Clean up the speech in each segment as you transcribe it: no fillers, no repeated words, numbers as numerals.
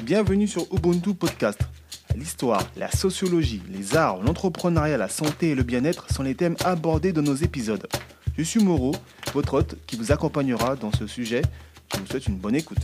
Bienvenue sur Ubuntu Podcast. L'histoire, la sociologie, les arts, l'entrepreneuriat, la santé et le bien-être sont les thèmes abordés dans nos épisodes. Je suis Moreau, votre hôte qui vous accompagnera dans ce sujet. Je vous souhaite une bonne écoute.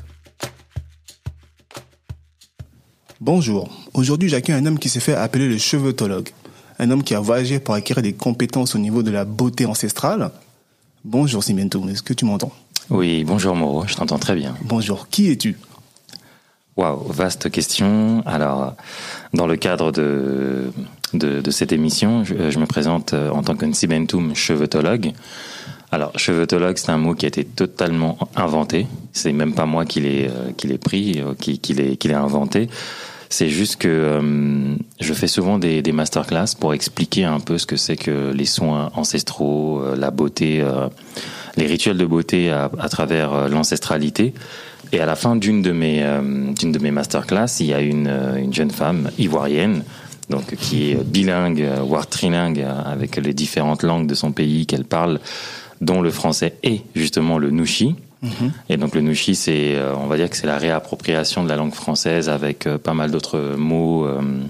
Bonjour, aujourd'hui j'accueille un homme qui s'est fait appeler le cheveutologue. Un homme qui a voyagé pour acquérir des compétences au niveau de la beauté ancestrale. Bonjour Simentou, est-ce que tu m'entends ? Oui, bonjour Moreau, je t'entends très bien. Bonjour, qui es-tu ? Waouh, vaste question. Alors, dans le cadre de cette émission, je me présente en tant que Nsibentoum, cheveutologue. Alors, cheveutologue, c'est un mot qui a été totalement inventé. C'est même pas moi qui l'ai pris, qui l'ai inventé. C'est juste que je fais souvent des masterclass pour expliquer un peu ce que c'est que les soins ancestraux, la beauté, les rituels de beauté à travers l'ancestralité. Et à la fin d'une de mes masterclass, il y a une jeune femme ivoirienne, donc qui est bilingue, voire trilingue, avec les différentes langues de son pays qu'elle parle, dont le français et justement le nouchi. Et donc le nouchi, c'est, on va dire que c'est la réappropriation de la langue française avec pas mal d'autres mots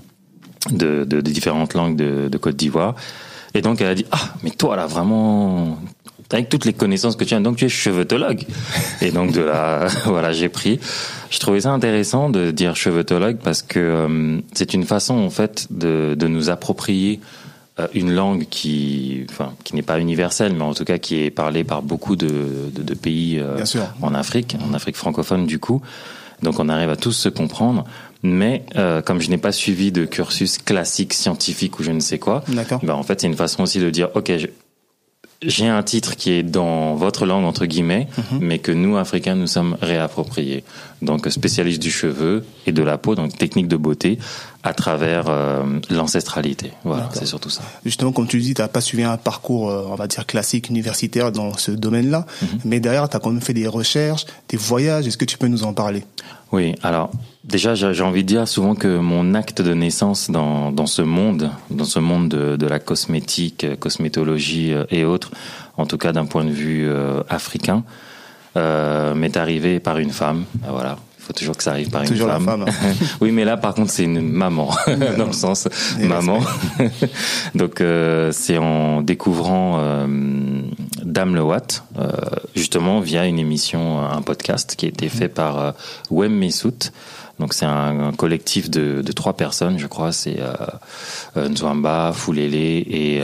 de différentes langues de Côte d'Ivoire. Et donc elle a dit mais toi là vraiment, avec toutes les connaissances que tu as, donc tu es cheveutologue. Et donc de là, voilà, j'ai pris. Je trouvais ça intéressant de dire cheveutologue parce que c'est une façon en fait de nous approprier une langue qui n'est pas universelle, mais en tout cas qui est parlée par beaucoup de pays en Afrique francophone du coup. Donc on arrive à tous se comprendre. Mais comme je n'ai pas suivi de cursus classique scientifique ou je ne sais quoi, en fait c'est une façon aussi de dire ok, j'ai un titre qui est dans votre langue entre guillemets, mais que nous Africains nous sommes réappropriés. Donc spécialiste du cheveu et de la peau, donc technique de beauté à travers l'ancestralité. Voilà, c'est surtout ça. Justement, comme tu dis, tu n'as pas suivi un parcours, on va dire classique universitaire dans ce domaine-là, mais derrière, tu as quand même fait des recherches, des voyages. Est-ce que tu peux nous en parler ? Oui, alors déjà, j'ai envie de dire souvent que mon acte de naissance dans ce monde de la cosmétique, cosmétologie et autres, en tout cas d'un point de vue africain, m'est arrivé par une femme. Voilà. Il faut toujours que ça arrive par une femme. La femme. Oui, mais là, par contre, c'est une maman, dans le sens maman. Donc, c'est en découvrant Dame Le Watt, justement via une émission, un podcast qui a été fait par Wem Messout. Donc c'est un collectif de 3 personnes, je crois. C'est Nzwamba, Foulélé et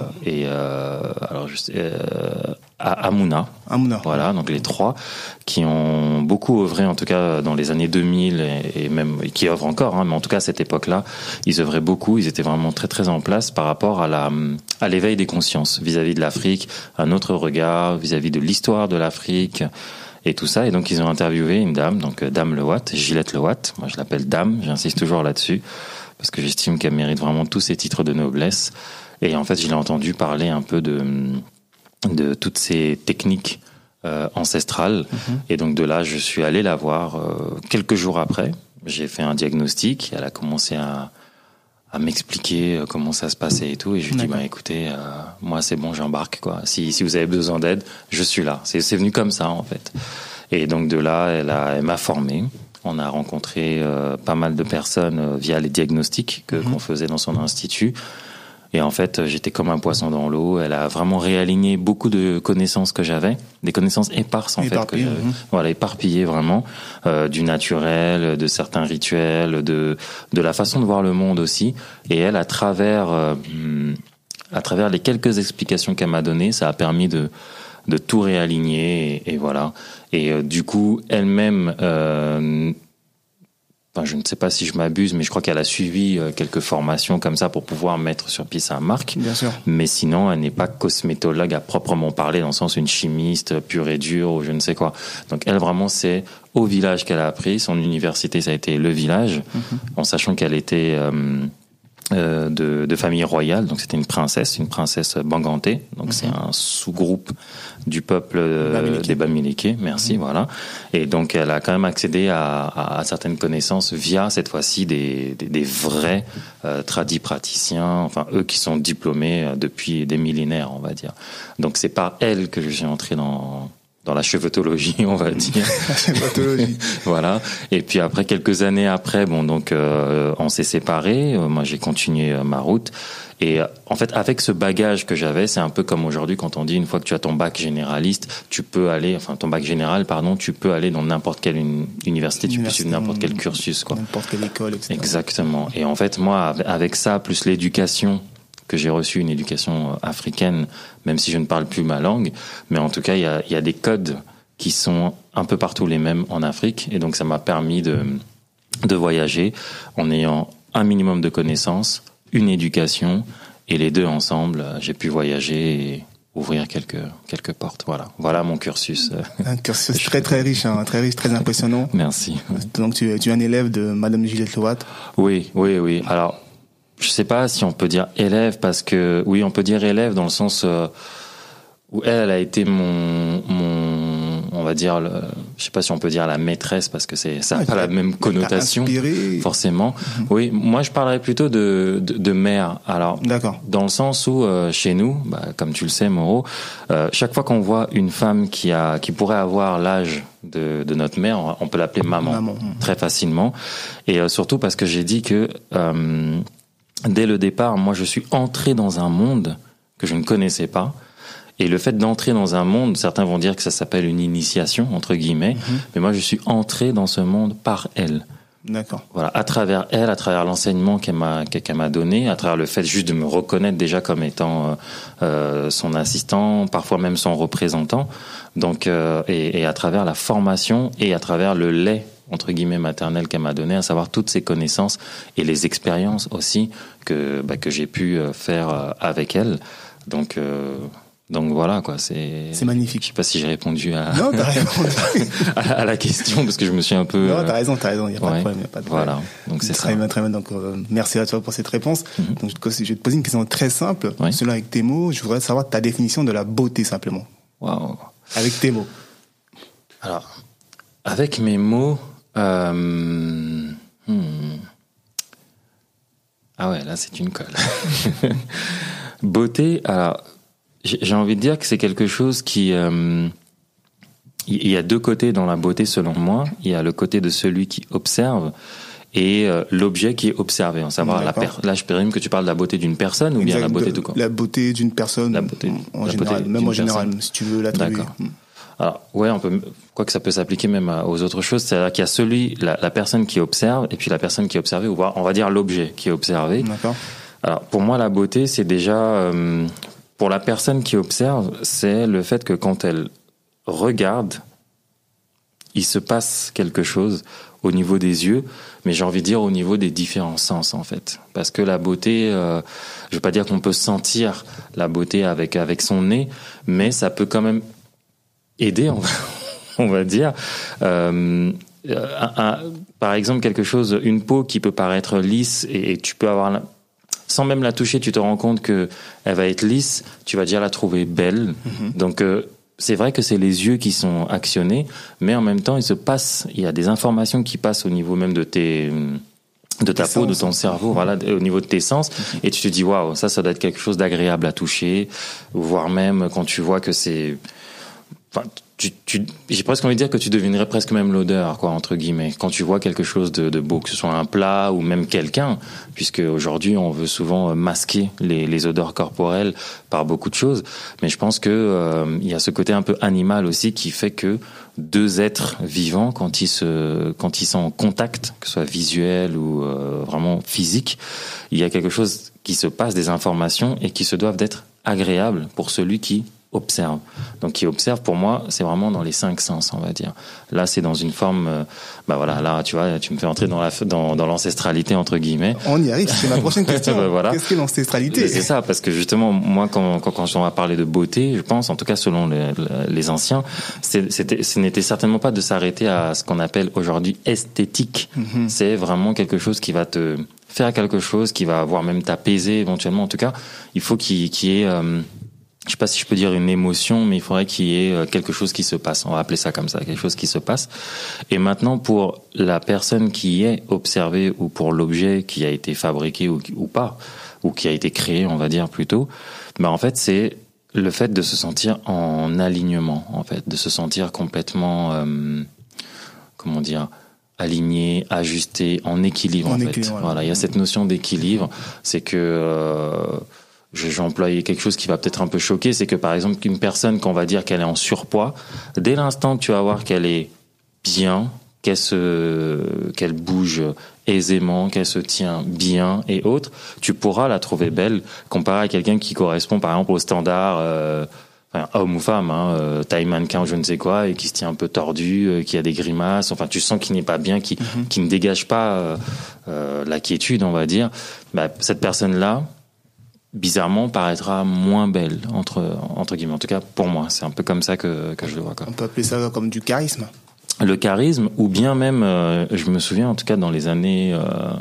Amouna. Voilà, donc les 3 qui ont beaucoup œuvré, en tout cas dans les années 2000 et même qui œuvrent encore. Mais en tout cas à cette époque-là, ils œuvraient beaucoup. Ils étaient vraiment très très en place par rapport à l'éveil des consciences vis-à-vis de l'Afrique, un autre regard vis-à-vis de l'histoire de l'Afrique. Et tout ça, et donc ils ont interviewé une dame, donc Dame Le Watt, Gillette Le Watt, moi je l'appelle Dame, j'insiste toujours là-dessus, parce que j'estime qu'elle mérite vraiment tous ces titres de noblesse, et en fait je l'ai entendu parler un peu de toutes ces techniques ancestrales, et donc de là je suis allé la voir quelques jours après, j'ai fait un diagnostic, elle a commencé à m'expliquer comment ça se passait et tout, et je lui dis écoutez, moi c'est bon, j'embarque quoi. Si vous avez besoin d'aide, je suis là. C'est venu comme ça en fait. Et donc de là, elle m'a formé. On a rencontré pas mal de personnes via les diagnostics qu'on faisait dans son institut. Et en fait, j'étais comme un poisson dans l'eau. Elle a vraiment réaligné beaucoup de connaissances que j'avais, des connaissances éparses en fait, que j'avais. Voilà, éparpillées vraiment, du naturel, de certains rituels, de la façon de voir le monde aussi. Et elle, à travers les quelques explications qu'elle m'a données, ça a permis de tout réaligner et voilà. Et du coup, elle-même. Je ne sais pas si je m'abuse, mais je crois qu'elle a suivi quelques formations comme ça pour pouvoir mettre sur pied sa marque. Bien sûr. Mais sinon, elle n'est pas cosmétologue à proprement parler, dans le sens une chimiste pure et dure ou je ne sais quoi. Donc elle, vraiment, c'est au village qu'elle a appris. Son université, ça a été le village, en sachant qu'elle était de famille royale. Donc c'était une princesse Banganté. Donc c'est un sous-groupe du peuple des Bamilékés. Merci, voilà. Et donc elle a quand même accédé à certaines connaissances via cette fois-ci des vrais tradis praticiens, enfin eux qui sont diplômés depuis des millénaires, on va dire. Donc c'est par elle que je suis entré dans dans la chevetologie, on va dire. La chevetologie. Voilà. Et puis après, quelques années après, on s'est séparés. Moi, j'ai continué ma route. Et en fait, avec ce bagage que j'avais, c'est un peu comme aujourd'hui quand on dit une fois que tu as ton bac généraliste, tu peux aller dans n'importe quelle université, tu peux suivre n'importe quel cursus, quoi. N'importe quelle école, etc. Exactement. Et en fait, moi, avec ça, plus l'éducation que j'ai reçue, une éducation africaine, même si je ne parle plus ma langue, mais en tout cas, il y a des codes qui sont un peu partout les mêmes en Afrique. Et donc, ça m'a permis de voyager en ayant un minimum de connaissances, une éducation, et les deux ensemble, j'ai pu voyager et ouvrir quelques portes. Voilà mon cursus. Un cursus très très riche, très impressionnant. Merci. Donc tu es un élève de Madame Juliette Lowat. Oui. Alors, je sais pas si on peut dire élève, parce que oui, on peut dire élève dans le sens où elle a été on va dire, je sais pas si on peut dire la maîtresse, parce que ça n'a pas la même connotation, forcément. Mm-hmm. Oui, moi je parlerais plutôt de mère. Alors, d'accord. Dans le sens où chez nous, comme tu le sais, Moreau, chaque fois qu'on voit une femme qui pourrait avoir l'âge de notre mère, on peut l'appeler maman. Très facilement. Et surtout parce que j'ai dit que dès le départ, moi je suis entré dans un monde que je ne connaissais pas. Et le fait d'entrer dans un monde, certains vont dire que ça s'appelle une initiation, entre guillemets, mais moi je suis entré dans ce monde par elle. D'accord. Voilà, à travers elle, à travers l'enseignement qu'elle m'a donné, à travers le fait juste de me reconnaître déjà comme étant son assistant, parfois même son représentant. Donc, et à travers la formation et à travers le lait, entre guillemets, maternel qu'elle m'a donné, à savoir toutes ces connaissances et les expériences aussi que j'ai pu faire avec elle. Donc voilà, quoi, c'est magnifique. Je sais pas si j'ai répondu Non, t'as répondu. à la question, parce que je me suis un peu... Non, t'as raison, il n'y a pas de problème, Voilà, donc c'est ça. Très bien, donc merci à toi pour cette réponse. Donc je vais te poser une question très simple. Selon avec tes mots, je voudrais savoir ta définition de la beauté, simplement. Waouh. Avec tes mots. Alors, avec mes mots... Ah ouais, là c'est une colle. Beauté, alors... J'ai envie de dire que c'est quelque chose qui... il y a deux côtés dans la beauté, selon moi. Il y a le côté de celui qui observe et l'objet qui est observé. En savoir, là, je présume que tu parles de la beauté d'une personne ou bien la beauté tout court. La beauté d'une personne, en général, si tu veux l'attribuer. D'accord. Alors, ouais, quoi que ça peut s'appliquer même aux autres choses. C'est-à-dire qu'il y a la personne qui observe et puis la personne qui est observée, ou on va dire l'objet qui est observé. D'accord. Alors, pour moi, la beauté, c'est déjà... pour la personne qui observe, c'est le fait que quand elle regarde, il se passe quelque chose au niveau des yeux, mais j'ai envie de dire au niveau des différents sens, en fait. Parce que la beauté, je veux pas dire qu'on peut sentir la beauté avec son nez, mais ça peut quand même aider, on va dire. Par exemple, une peau qui peut paraître lisse et tu peux avoir... Sans même la toucher, tu te rends compte que elle va être lisse, tu vas déjà la trouver belle. Donc c'est vrai que c'est les yeux qui sont actionnés, mais en même temps, il y a des informations qui passent au niveau même de ta peau, de ton cerveau, voilà, au niveau de tes sens, et tu te dis waouh, ça doit être quelque chose d'agréable à toucher, voire même quand tu vois que c'est... j'ai presque envie de dire que tu devinerais presque même l'odeur, quoi, entre guillemets, quand tu vois quelque chose de beau, que ce soit un plat ou même quelqu'un, puisque aujourd'hui on veut souvent masquer les odeurs corporelles par beaucoup de choses, mais je pense que il y a ce côté un peu animal aussi qui fait que deux êtres vivants, quand ils sont en contact, que ce soit visuel ou vraiment physique, il y a quelque chose qui se passe, des informations, et qui se doivent d'être agréables pour celui qui observe. Donc qui observe, pour moi, c'est vraiment dans les 5 sens, on va dire. Là, c'est dans une forme, là, tu vois, tu me fais entrer dans l'ancestralité, entre guillemets. On y arrive, c'est ma prochaine question. Voilà. Qu'est-ce que l'ancestralité ? C'est ça, parce que justement, moi, quand on va parler de beauté, je pense, en tout cas selon les anciens, ce n'était certainement pas de s'arrêter à ce qu'on appelle aujourd'hui esthétique. C'est vraiment quelque chose qui va te faire quelque chose, qui va avoir même t'apaiser éventuellement. En tout cas, il faut qu'il y ait... je sais pas si je peux dire une émotion, mais il faudrait qu'il y ait quelque chose qui se passe. On va appeler ça comme ça, quelque chose qui se passe. Et maintenant, pour la personne qui est observée ou pour l'objet qui a été fabriqué ou pas, ou qui a été créé, on va dire plutôt, en fait, c'est le fait de se sentir en alignement, en fait, de se sentir complètement, comment dire, aligné, ajusté, en équilibre, en fait. Voilà, il y a cette notion d'équilibre, c'est que j'ai employé quelque chose qui va peut-être un peu choquer, c'est que par exemple une personne qu'on va dire qu'elle est en surpoids, dès l'instant que tu vas voir qu'elle est bien, qu'elle bouge aisément, qu'elle se tient bien et autres, tu pourras la trouver belle comparée à quelqu'un qui correspond par exemple au standard homme ou femme, taille mannequin ou je ne sais quoi, et qui se tient un peu tordu, qui a des grimaces, enfin tu sens qu'il n'est pas bien, qui ne dégage pas la quiétude, on va dire. Bah, cette personne-là, bizarrement, paraîtra moins belle, entre guillemets. En tout cas, pour moi, c'est un peu comme ça que je le vois, quoi. On peut appeler ça comme du charisme. Le charisme, ou bien même, je me souviens en tout cas dans les années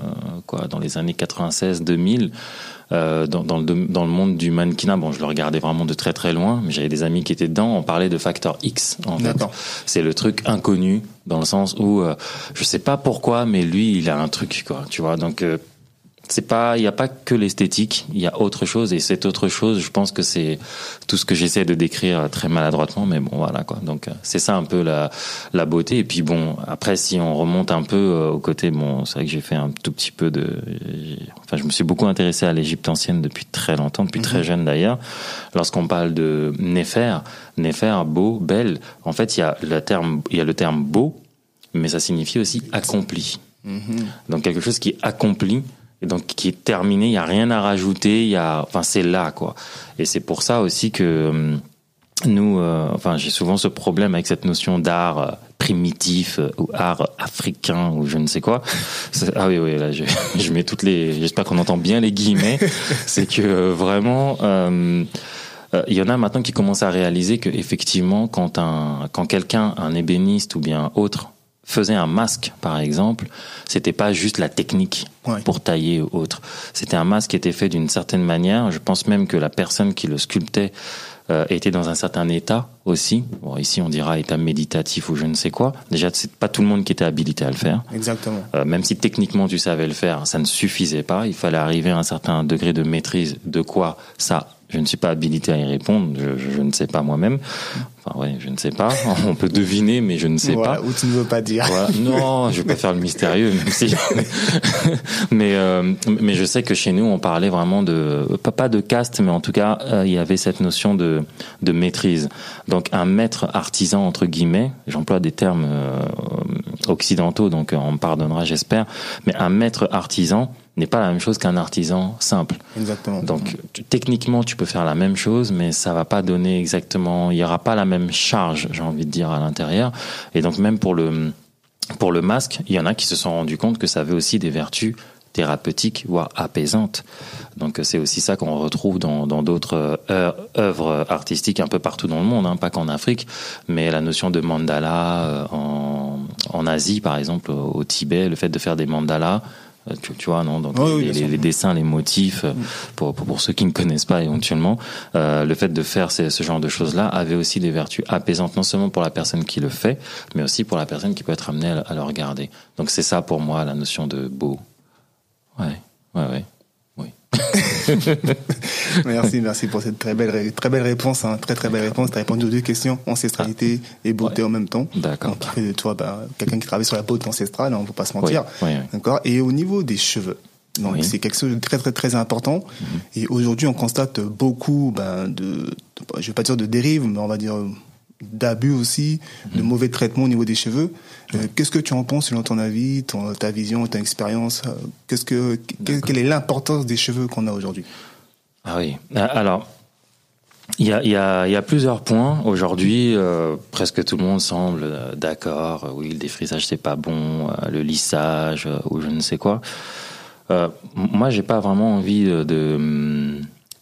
96-2000, dans le monde du mannequinat, bon, je le regardais vraiment de très très loin, mais j'avais des amis qui étaient dedans. On parlait de facteur X. En fait, c'est le truc inconnu dans le sens où je sais pas pourquoi, mais lui, il a un truc, quoi. Tu vois, donc. Il y a pas que l'esthétique, il y a autre chose, et cette autre chose, je pense que c'est tout ce que j'essaie de décrire très maladroitement, mais bon, voilà, quoi. Donc, c'est ça un peu la beauté. Et puis bon, après, si on remonte un peu au côté, bon, c'est vrai que j'ai fait un tout petit peu je me suis beaucoup intéressé à l'Égypte ancienne depuis très longtemps, depuis très jeune d'ailleurs. Lorsqu'on parle de Néfer, beau, belle, en fait, il y a le terme beau, mais ça signifie aussi accompli. Donc, quelque chose qui est accompli, et donc qui est terminé, il y a rien à rajouter, c'est là, quoi. Et c'est pour ça aussi que nous, j'ai souvent ce problème avec cette notion d'art primitif ou art africain ou je ne sais quoi. Ah oui, là je mets j'espère qu'on entend bien les guillemets. C'est que vraiment, il y en a maintenant qui commencent à réaliser que effectivement, quand quelqu'un, un ébéniste ou bien autre, faisait un masque, par exemple, c'était pas juste la technique pour tailler ou autre. C'était un masque qui était fait d'une certaine manière. Je pense même que la personne qui le sculptait était dans un certain état aussi. Bon, ici, on dira état méditatif ou je ne sais quoi. Déjà, c'est pas tout le monde qui était habilité à le faire. Exactement. Même si techniquement tu savais le faire, ça ne suffisait pas. Il fallait arriver à un certain degré de maîtrise de quoi ça. Je ne suis pas habilité à y répondre, je ne sais pas moi-même. Je ne sais pas. On peut deviner, mais je ne sais pas. Ou tu ne veux pas dire. Voilà. Non, je vais pas faire le mystérieux, même si. mais je sais que chez nous, on parlait vraiment pas de caste, mais en tout cas, il y avait cette notion de maîtrise. Donc, un maître artisan, entre guillemets, j'emploie des termes occidentaux, donc on me pardonnera, j'espère, mais un maître artisan n'est pas la même chose qu'un artisan simple. Exactement. Donc, techniquement, tu peux faire la même chose, mais ça va pas donner exactement, il y aura pas la même charge, j'ai envie de dire, à l'intérieur. Et donc, même pour le masque, il y en a qui se sont rendus compte que ça avait aussi des vertus thérapeutiques, voire apaisantes. Donc, c'est aussi ça qu'on retrouve dans d'autres œuvres artistiques un peu partout dans le monde, pas qu'en Afrique, mais la notion de mandala en Asie, par exemple, au Tibet, le fait de faire des mandalas, tu vois, non, donc les dessins, les motifs, pour ceux qui ne connaissent pas éventuellement, le fait de faire ce genre de choses-là avait aussi des vertus apaisantes, non seulement pour la personne qui le fait, mais aussi pour la personne qui peut être amenée à le regarder. Donc c'est ça pour moi la notion de beau. Oui. Merci pour cette très belle réponse, très très belle réponse. Tu as répondu aux deux questions, ancestralité et beauté en même temps. D'accord. Donc, qui fait de toi quelqu'un qui travaille sur la beauté ancestrale, on ne peut pas se mentir. Oui. D'accord. Et au niveau des cheveux, donc c'est quelque chose de très très très important. Et aujourd'hui, on constate beaucoup je vais pas dire de dérives, mais on va dire d'abus aussi, de mauvais traitements au niveau des cheveux. Qu'est-ce que tu en penses selon ton avis, ta vision, ton expérience? Quelle est l'importance des cheveux qu'on a aujourd'hui? Ah oui. Alors, il y a plusieurs points. Aujourd'hui, presque tout le monde semble d'accord. Oui, le défrisage c'est pas bon, le lissage ou je ne sais quoi. Moi, j'ai pas vraiment envie de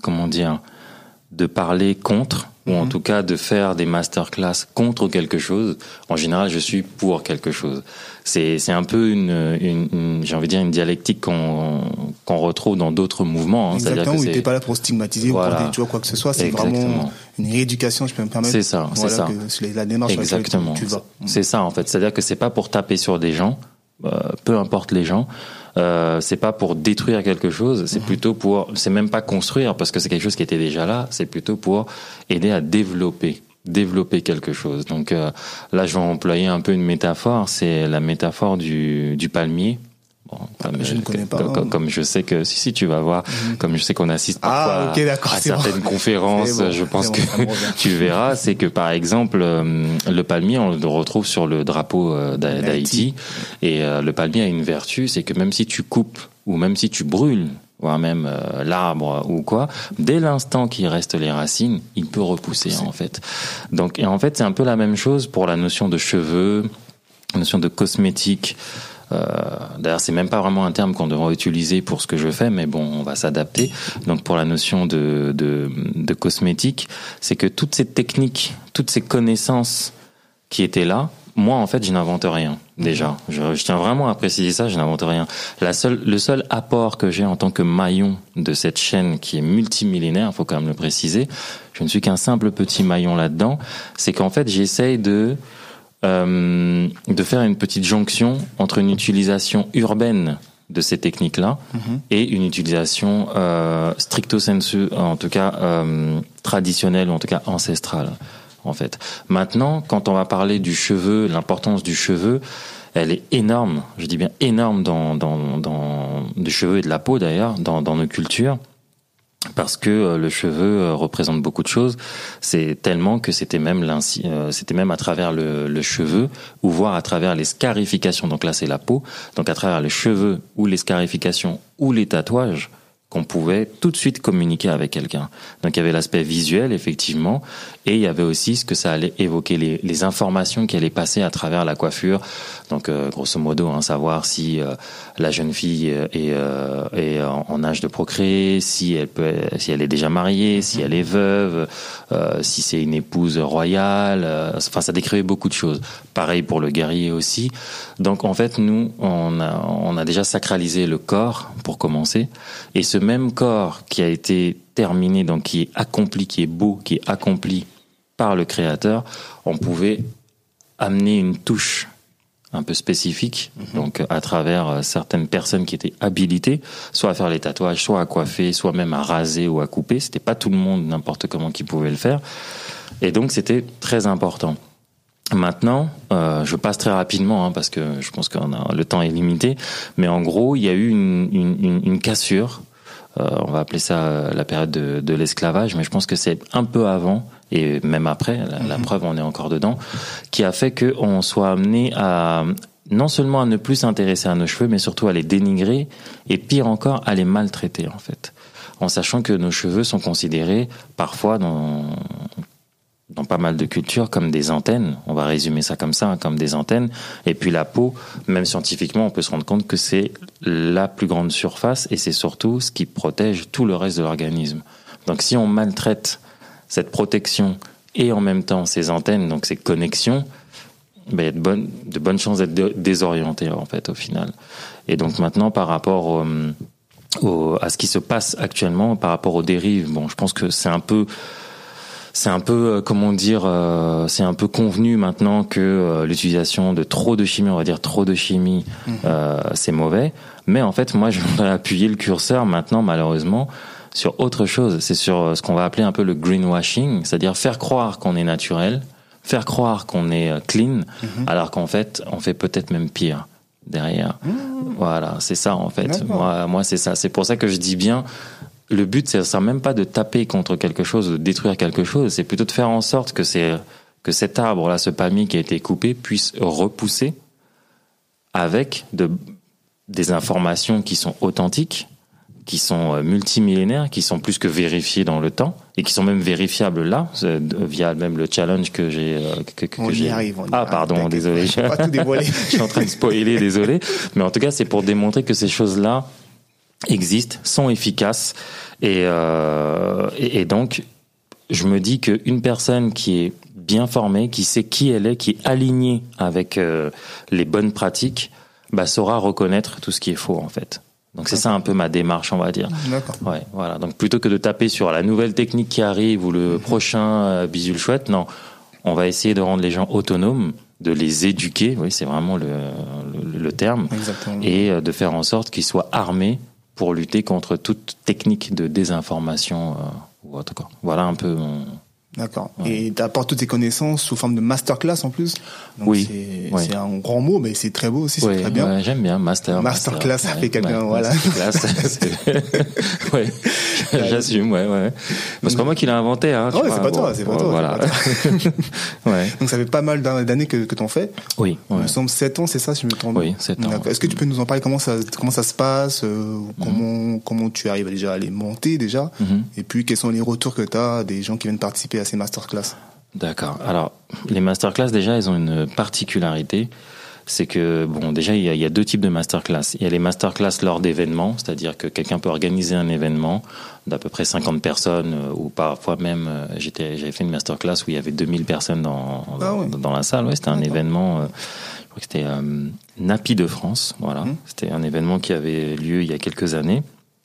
parler contre, ou en tout cas de faire des masterclass contre quelque chose. En général, je suis pour quelque chose. C'est un peu j'ai envie de dire une dialectique qu'on retrouve dans d'autres mouvements. Exactement, c'est-à-dire que t'es pas là pour stigmatiser ou pour dire quoi que ce soit. C'est vraiment une rééducation, je peux me permettre. C'est ça. C'est la démarche. Exactement. Tu vas. C'est ça en fait. C'est-à-dire que c'est pas pour taper sur des gens. peu importe les gens. C'est pas pour détruire quelque chose, c'est plutôt c'est même pas construire parce que c'est quelque chose qui était déjà là, c'est plutôt pour aider à développer quelque chose. Donc là, je vais employer un peu une métaphore, c'est la métaphore du palmier. Bon, je ne connais pas. Comme je sais que si tu vas voir, comme je sais qu'on assiste parfois à certaines conférences, je pense que tu verras, c'est que par exemple le palmier, on le retrouve sur le drapeau d'Haïti, et le palmier a une vertu, c'est que même si tu coupes ou même si tu brûles, voire même l'arbre ou quoi, dès l'instant qu'il reste les racines, il peut repousser en fait. Donc, et en fait, c'est un peu la même chose pour la notion de cheveux, la notion de cosmétique. D'ailleurs, c'est même pas vraiment un terme qu'on devrait utiliser pour ce que je fais, mais bon, on va s'adapter. Donc, pour la notion de cosmétique, c'est que toutes ces techniques, toutes ces connaissances qui étaient là, moi, en fait, je n'invente rien. Déjà, je tiens vraiment à préciser ça, je n'invente rien. Le seul apport que j'ai en tant que maillon de cette chaîne qui est multimillénaire, faut quand même le préciser, je ne suis qu'un simple petit maillon là-dedans, c'est qu'en fait, j'essaye de faire une petite jonction entre une utilisation urbaine de ces techniques-là et une utilisation stricto sensu, en tout cas traditionnelle, ou en tout cas ancestrale, en fait. Maintenant, quand on va parler du cheveu, l'importance du cheveu, elle est énorme, je dis bien énorme du cheveu et de la peau d'ailleurs, dans nos cultures. Parce que le cheveu représente beaucoup de choses. C'est tellement que c'était même à travers le cheveu, ou voire à travers les scarifications. Donc là, c'est la peau. Donc à travers les cheveux ou les scarifications ou les tatouages, qu'on pouvait tout de suite communiquer avec quelqu'un. Donc il y avait l'aspect visuel, effectivement, et il y avait aussi ce que ça allait évoquer, les informations qui allaient passer à travers la coiffure. Donc grosso modo, savoir si la jeune fille est en âge de procréer, si elle est déjà mariée, si elle est veuve, si c'est une épouse royale. Enfin, ça décrivait beaucoup de choses. Pareil pour le guerrier aussi. Donc en fait, nous, on a déjà sacralisé le corps pour commencer, et ce même corps qui a été terminé, donc qui est accompli, qui est beau, qui est accompli par le Créateur, on pouvait amener une touche un peu spécifique, donc à travers certaines personnes qui étaient habilitées, soit à faire les tatouages, soit à coiffer, soit même à raser ou à couper. C'était pas tout le monde, n'importe comment, qui pouvait le faire. Et donc c'était très important. Maintenant, je passe très rapidement parce que je pense que le temps est limité, mais en gros, il y a eu une cassure. On va appeler ça la période de l'esclavage, mais je pense que c'est un peu avant et même après, la preuve, on est encore dedans, qui a fait qu'on soit amené à non seulement à ne plus s'intéresser à nos cheveux, mais surtout à les dénigrer et pire encore, à les maltraiter en fait. En sachant que nos cheveux sont considérés parfois dans pas mal de cultures comme des antennes, on va résumer ça comme ça, comme des antennes, et puis la peau, même scientifiquement, on peut se rendre compte que c'est la plus grande surface et c'est surtout ce qui protège tout le reste de l'organisme. Donc si on maltraite cette protection et en même temps ces antennes, donc ces connexions, il y a de bonnes chances d'être désorienté en fait au final. Et donc maintenant par rapport à ce qui se passe actuellement, par rapport aux dérives, bon, je pense que c'est un peu comment dire, c'est un peu convenu maintenant que l'utilisation de trop de chimie, on va dire trop de chimie, c'est mauvais. Mais en fait, moi, je voudrais appuyer le curseur maintenant, malheureusement, sur autre chose. C'est sur ce qu'on va appeler un peu le greenwashing, c'est-à-dire faire croire qu'on est naturel, faire croire qu'on est clean, alors qu'en fait, on fait peut-être même pire derrière. Voilà, c'est ça en fait. Moi, c'est ça. C'est pour ça que je dis bien. Le but, c'est même pas de taper contre quelque chose, de détruire quelque chose, c'est plutôt de faire en sorte que cet arbre-là, ce palmier qui a été coupé, puisse repousser avec des informations qui sont authentiques, qui sont multimillénaires, qui sont plus que vérifiées dans le temps, et qui sont même vérifiables là, via même le challenge que j'ai... on y arrive. Pardon, désolé. Je vais pas tout dévoiler. Je suis en train de spoiler, désolé. Mais en tout cas, c'est pour démontrer que ces choses-là existent, sont efficaces, et donc je me dis qu'une personne qui est bien formée, qui sait qui elle est, qui est alignée avec les bonnes pratiques, saura reconnaître tout ce qui est faux en fait. Donc c'est ça un peu ma démarche, on va dire. D'accord. Ouais, voilà. Donc plutôt que de taper sur la nouvelle technique qui arrive ou le prochain bisul chouette, non, on va essayer de rendre les gens autonomes de les éduquer, oui, c'est vraiment le terme, Exactement. et de faire en sorte qu'ils soient armés pour lutter contre toute technique de désinformation ou autre. Voilà un peu mon... D'accord. Ouais. Et tu apportes toutes tes connaissances sous forme de masterclass en plus. Donc oui. C'est un grand mot, mais c'est très beau aussi, c'est très bien. Ouais, j'aime bien masterclass, ça fait quelqu'un, voilà. Ouais, j'assume, ouais. C'est pas moi qui l'ai inventé, hein. Ouais, c'est pas toi, c'est pas toi. Voilà. Ouais. Donc ça fait pas mal d'années que t'en fais. Oui. Il me semble 7 ans, c'est ça, si je me trompe. Oui, 7 ans. D'accord. Est-ce que tu peux nous en parler, comment ça se passe, comment tu arrives déjà à les monter déjà, et puis quels sont les retours que t'as des gens qui viennent participer à ces masterclass? D'accord. Alors, les masterclass, déjà, elles ont une particularité. C'est que, bon, déjà, il y a 2 types de masterclass. Il y a les masterclass lors d'événements, c'est-à-dire que quelqu'un peut organiser un événement d'à peu près 50 personnes, ou parfois même, j'avais fait une masterclass où il y avait 2000 personnes dans la salle. Ouais, c'était un événement, je crois que c'était NAPI de France, voilà. C'était un événement qui avait lieu il y a quelques années.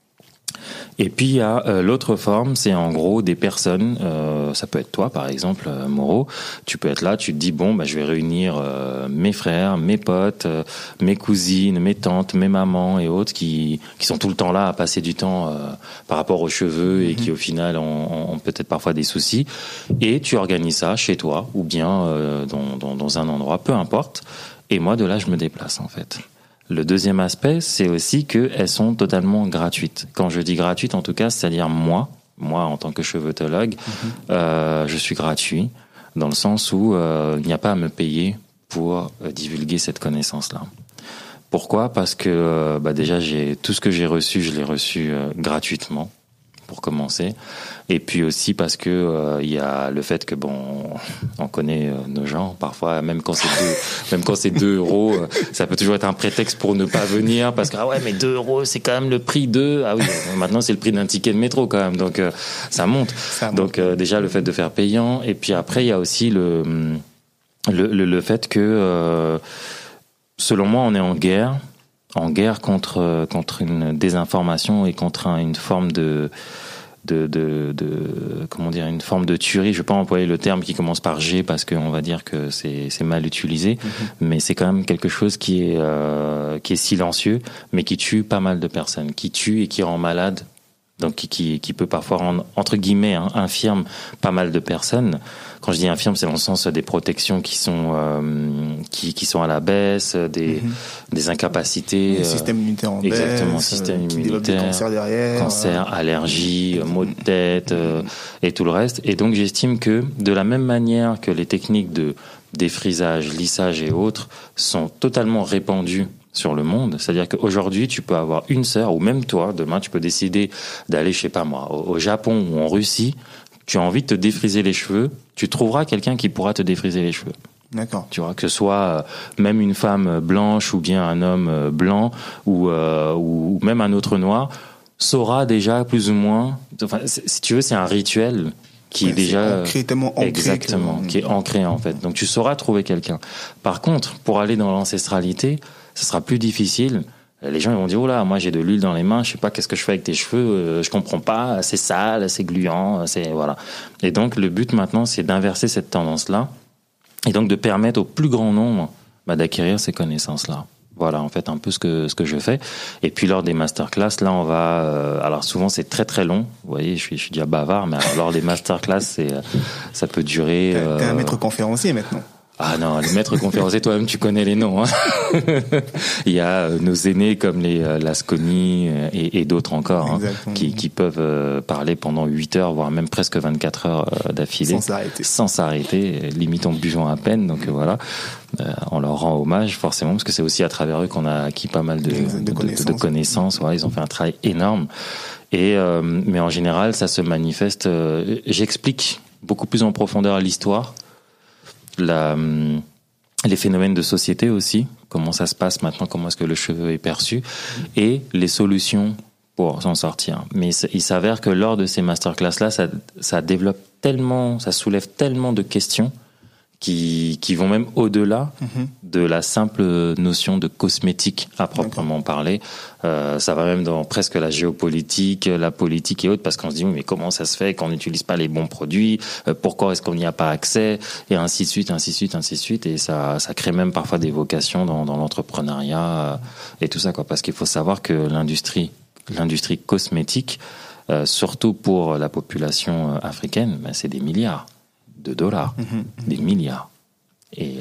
Et puis il y a l'autre forme, c'est en gros des personnes, ça peut être toi par exemple, Moreau, tu peux être là, tu te dis bon bah je vais réunir mes frères, mes potes, mes cousines, mes tantes, mes mamans et autres qui sont tout le temps là à passer du temps par rapport aux cheveux et qui au final ont peut-être parfois des soucis, et tu organises ça chez toi ou bien dans un endroit, peu importe, et moi de là je me déplace en fait. Le deuxième aspect, c'est aussi qu'elles sont totalement gratuites. Quand je dis gratuite, en tout cas, c'est-à-dire moi en tant que cheveutologue, je suis gratuit dans le sens où il n'y a pas à me payer pour divulguer cette connaissance-là. Pourquoi ? Parce que déjà, tout ce que j'ai reçu, je l'ai reçu gratuitement, pour commencer. Et puis aussi parce que il y a le fait que on connaît nos gens parfois, même quand c'est 2 euros, ça peut toujours être un prétexte pour ne pas venir parce que mais 2 euros c'est quand même le prix de maintenant c'est le prix d'un ticket de métro quand même, donc ça monte. Donc déjà le fait de faire payant, et puis après il y a aussi le fait que selon moi on est en guerre contre une désinformation et contre une forme de comment dire, une forme de tuerie. Je vais pas employer le terme qui commence par G parce qu'on va dire que c'est mal utilisé, mais c'est quand même quelque chose qui est silencieux, mais qui tue pas mal de personnes, qui tue et qui rend malade, donc qui peut parfois rendre, entre guillemets, infirme pas mal de personnes. Quand je dis infirme, c'est dans le sens des protections qui sont à la baisse, des incapacités, le système immunitaire en baisse, exactement, système immunitaire, cancer derrière, allergies, maux de tête et tout le reste. Et donc j'estime que de la même manière que les techniques de défrisage, lissage et autres sont totalement répandues sur le monde, c'est-à-dire qu'aujourd'hui tu peux avoir une sœur, ou même toi demain tu peux décider d'aller, je sais pas moi, au Japon ou en Russie. Tu as envie de te défriser les cheveux, tu trouveras quelqu'un qui pourra te défriser les cheveux. D'accord. Tu vois, que ce soit même une femme blanche ou bien un homme blanc ou même un autre noir, saura déjà plus ou moins. Enfin, si tu veux, c'est un rituel qui est déjà tellement ancré, exactement, qui est ancré en fait. Donc tu sauras trouver quelqu'un. Par contre, pour aller dans l'ancestralité, ça sera plus difficile. Les gens ils vont dire, oh là, moi j'ai de l'huile dans les mains, je sais pas qu'est-ce que je fais avec tes cheveux, je comprends pas, c'est sale, c'est gluant, voilà. Et donc le but maintenant c'est d'inverser cette tendance-là et donc de permettre au plus grand nombre d'acquérir ces connaissances-là. Voilà en fait un peu ce que je fais. Et puis lors des masterclass, là on va, alors souvent c'est très très long. Vous voyez, je suis déjà bavard, mais alors, lors des masterclass ça peut durer. T'es un maître conférencier maintenant. Ah non, les maîtres conférenciers, toi-même, tu connais les noms. Hein. Il y a nos aînés comme les Lasconi et d'autres encore, qui peuvent parler pendant 8 heures, voire même presque 24 heures d'affilée. Sans s'arrêter, limite en buvant à peine. Donc voilà, on leur rend hommage forcément, parce que c'est aussi à travers eux qu'on a acquis pas mal de connaissances. Voilà, ils ont fait un travail énorme. Et mais en général, ça se manifeste. J'explique beaucoup plus en profondeur l'histoire. Les phénomènes de société aussi, comment ça se passe maintenant, comment est-ce que le cheveu est perçu, et les solutions pour s'en sortir. Mais il s'avère que lors de ces masterclass-là, ça développe tellement, ça soulève tellement de questions qui vont même au-delà de la simple notion de cosmétique à proprement parler. Ça va même dans presque la géopolitique, la politique et autres, parce qu'on se dit oui, mais comment ça se fait qu'on n'utilise pas les bons produits, pourquoi est-ce qu'on n'y a pas accès, et ainsi de suite, ainsi de suite, ainsi de suite, et ça crée même parfois des vocations dans l'entrepreneuriat et tout ça, quoi, parce qu'il faut savoir que l'industrie cosmétique, surtout pour la population africaine, ben, c'est des milliards de dollars, des milliards. Et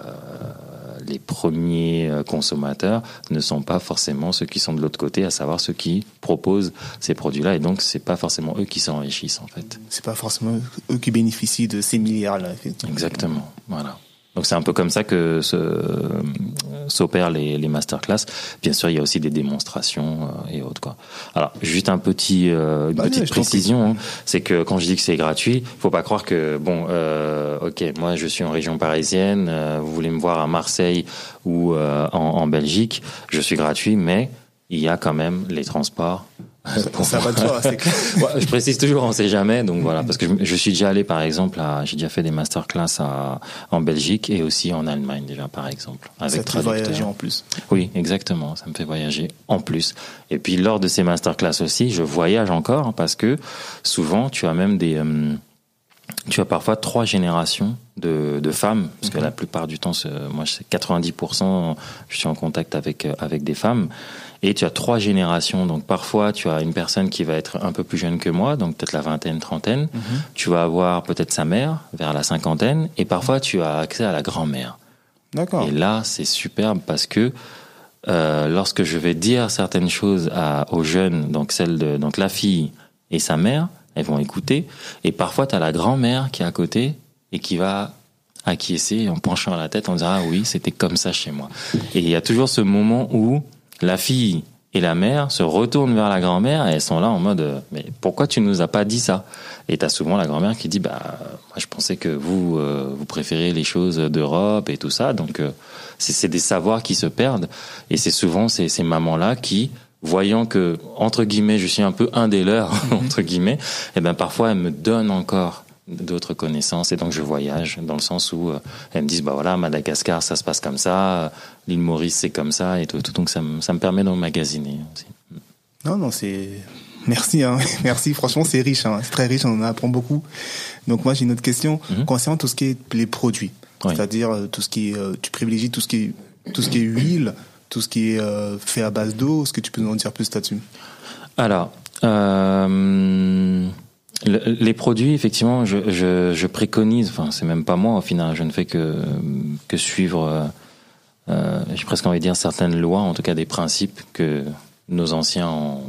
les premiers consommateurs ne sont pas forcément ceux qui sont de l'autre côté, à savoir ceux qui proposent ces produits-là. Et donc, c'est pas forcément eux qui s'enrichissent, en fait. C'est pas forcément eux qui bénéficient de ces milliards-là, effectivement. Exactement, voilà. Donc c'est un peu comme ça que s'opèrent les masterclass. Bien sûr, il y a aussi des démonstrations et autres, quoi. Alors, juste une petite précision, hein, c'est que quand je dis que c'est gratuit, faut pas croire que ok, moi je suis en région parisienne, vous voulez me voir à Marseille ou en Belgique, je suis gratuit, mais il y a quand même les transports. Ça va de soi, c'est clair. Ouais, je précise toujours, on sait jamais, donc voilà, parce que je suis déjà allé, par exemple, j'ai déjà fait des masterclass en Belgique et aussi en Allemagne déjà, par exemple, avec ça te fait voyager en plus. Oui, exactement, ça me fait voyager en plus. Et puis lors de ces masterclass aussi, je voyage encore parce que souvent tu as même tu as parfois 3 générations de femmes, parce que la plupart du temps, moi, c'est 90%, je suis en contact avec des femmes, et tu as 3 générations. Donc parfois, tu as une personne qui va être un peu plus jeune que moi, donc peut-être la vingtaine, trentaine. Tu vas avoir peut-être sa mère vers la cinquantaine, et parfois tu as accès à la grand-mère. D'accord. Et là, c'est superbe parce que lorsque je vais dire certaines choses aux jeunes, donc donc la fille et sa mère, elles vont écouter, et parfois tu as la grand-mère qui est à côté et qui va acquiescer en penchant la tête en disant ah oui, c'était comme ça chez moi. Et il y a toujours ce moment où la fille et la mère se retournent vers la grand-mère et elles sont là en mode mais pourquoi tu nous as pas dit ça? Et t'as souvent la grand-mère qui dit moi je pensais que vous préférez les choses d'Europe et tout ça, donc c'est des savoirs qui se perdent, et c'est souvent ces mamans-là qui, voyant que, entre guillemets, je suis un peu un des leurs, entre guillemets, et ben parfois elles me donnent encore d'autres connaissances, et donc je voyage dans le sens où elles me disent voilà, Madagascar ça se passe comme ça, l'île Maurice c'est comme ça, et tout, donc ça me permet d'emmagasiner aussi. Non, c'est... Merci, hein. Merci, franchement c'est riche, hein. C'est très riche, on en apprend beaucoup. Donc moi j'ai une autre question concernant tout ce qui est les produits, c'est-à-dire tout ce qui est, tu privilégies tout ce qui est huile, tout ce qui est fait à base d'eau. Est-ce que tu peux nous en dire plus là-dessus? Alors, les produits, effectivement, je préconise, enfin c'est même pas moi au final, je ne fais que suivre, j'ai presque envie de dire certaines lois, en tout cas des principes que nos anciens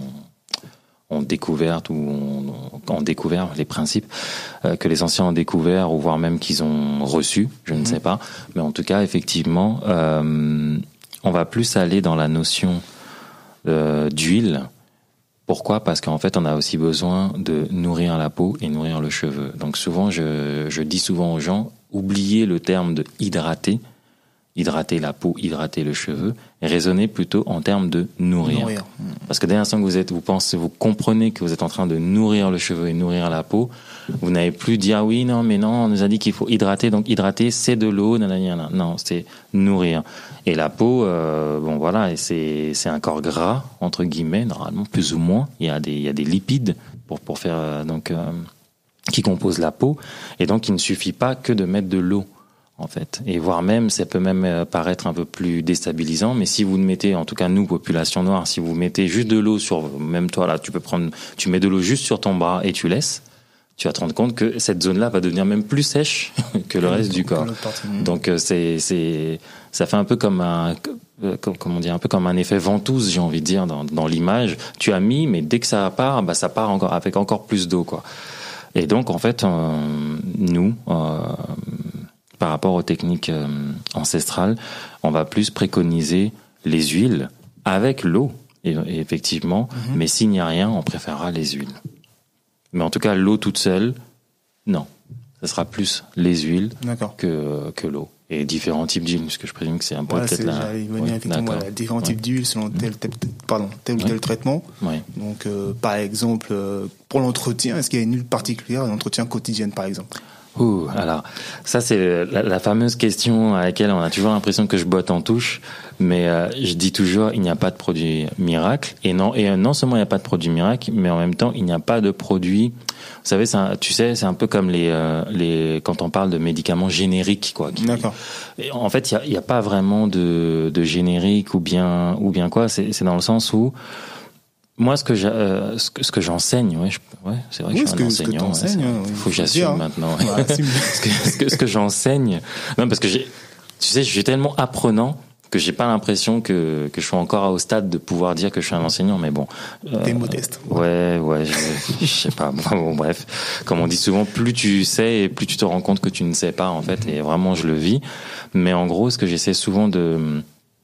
ont découvert, ou ont découvert les principes que les anciens ont découvert, ou voire même qu'ils ont reçus, je ne sais pas, mais en tout cas effectivement on va plus aller dans la notion d'huile. Pourquoi? Parce qu'en fait, on a aussi besoin de nourrir la peau et nourrir le cheveu. Donc souvent, je dis souvent aux gens, oubliez le terme de hydrater la peau, hydrater le cheveu, et raisonnez plutôt en termes de nourrir. Parce que dès l'instant que vous comprenez que vous êtes en train de nourrir le cheveu et nourrir la peau, vous n'avez plus dit oui, non, mais non, on nous a dit qu'il faut hydrater, donc hydrater c'est de l'eau, nanana. Non, c'est nourrir. Et la peau, et c'est un corps gras entre guillemets, normalement plus ou moins. Il y a des lipides pour faire qui composent la peau, et donc il ne suffit pas que de mettre de l'eau, en fait, et voire même ça peut même paraître un peu plus déstabilisant, mais si vous mettez, en tout cas nous population noire, si vous mettez juste de l'eau sur, même toi là, tu mets de l'eau juste sur ton bras et tu laisses, tu vas te rendre compte que cette zone-là va devenir même plus sèche que le reste du corps. Donc ça fait un peu comme un peu comme un effet ventouse, j'ai envie de dire, dans l'image. Tu as mis, mais dès que ça part, ça part encore avec encore plus d'eau, quoi. Et donc en fait nous par rapport aux techniques ancestrales, on va plus préconiser les huiles avec l'eau, et effectivement, mais s'il n'y a rien, on préférera les huiles. Mais en tout cas, l'eau toute seule, non. Ça sera plus les huiles que l'eau. Et différents types d'huiles, parce que je présume que c'est un peu peut-être là. Différents types d'huiles selon tel ou tel traitement. Oui. Donc, par exemple, pour l'entretien, est-ce qu'il y a une huile particulière, l'entretien quotidien, par exemple? Alors, ça c'est la fameuse question à laquelle on a toujours l'impression que je botte en touche, mais je dis toujours il n'y a pas de produit miracle, et non seulement il n'y a pas de produit miracle, mais en même temps il n'y a pas de produit. Vous savez, c'est un peu comme les quand on parle de médicaments génériques, quoi. D'accord. En fait, il y a pas vraiment de générique ou bien quoi. C'est dans le sens où moi, ce que j'enseigne, c'est vrai que je suis un enseignant. Faut que j'assume maintenant. Ouais. Ouais, ce que j'enseigne, non, parce que tu sais, je suis tellement apprenant que j'ai pas l'impression que je suis encore au stade de pouvoir dire que je suis un enseignant, mais bon. T'es modeste. Ouais, je sais pas. Bon, bref. Comme on dit souvent, plus tu sais et plus tu te rends compte que tu ne sais pas, en fait, et vraiment, je le vis. Mais en gros, ce que j'essaie souvent de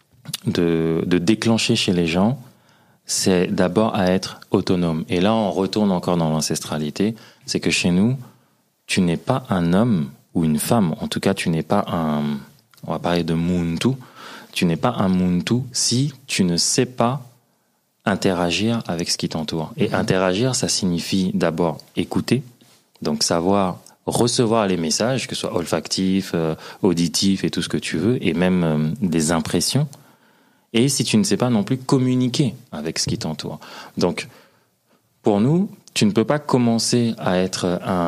déclencher chez les gens, c'est d'abord à être autonome. Et là, on retourne encore dans l'ancestralité. C'est que chez nous, tu n'es pas un homme ou une femme. En tout cas, tu n'es pas on va parler de Muntu. Tu n'es pas un Muntu si tu ne sais pas interagir avec ce qui t'entoure. Et interagir, ça signifie d'abord écouter. Donc savoir recevoir les messages, que ce soit olfactif, auditif et tout ce que tu veux, et même des impressions. Et si tu ne sais pas non plus communiquer avec ce qui t'entoure. Donc, pour nous, tu ne peux pas commencer à être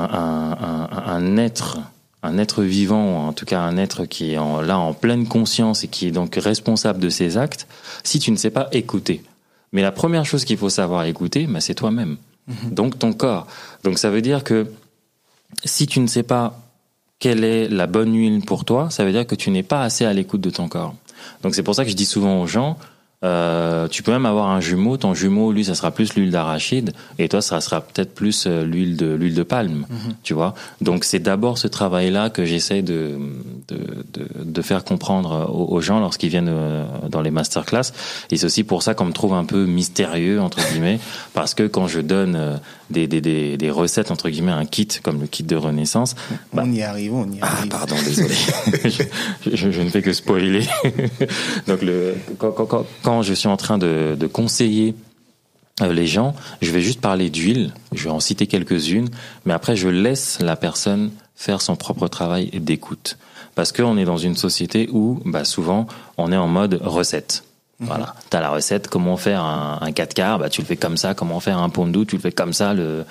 un être vivant, ou en tout cas un être qui est en pleine conscience et qui est donc responsable de ses actes, si tu ne sais pas écouter. Mais la première chose qu'il faut savoir écouter, c'est toi-même. Donc ton corps. Donc ça veut dire que si tu ne sais pas quelle est la bonne huile pour toi, ça veut dire que tu n'es pas assez à l'écoute de ton corps. Donc c'est pour ça que je dis souvent aux gens, tu peux même avoir un jumeau, ton jumeau, lui, ça sera plus l'huile d'arachide, et toi, ça sera peut-être plus l'huile de palme, tu vois. Donc c'est d'abord ce travail-là que j'essaie de faire comprendre aux gens lorsqu'ils viennent dans les masterclass. Et c'est aussi pour ça qu'on me trouve un peu mystérieux, entre guillemets, parce que quand je donne des recettes, entre guillemets, un kit, comme le kit de Renaissance. On y arrive. Ah, pardon, désolé. je ne fais que spoiler. Donc quand je suis en train de conseiller les gens, je vais juste parler d'huile, je vais en citer quelques-unes, mais après je laisse la personne faire son propre travail d'écoute. Parce qu'on est dans une société où, souvent, on est en mode recette. Voilà, t'as la recette, comment faire un 4 quarts, tu le fais comme ça, comment faire un pondu, tu le fais comme ça, le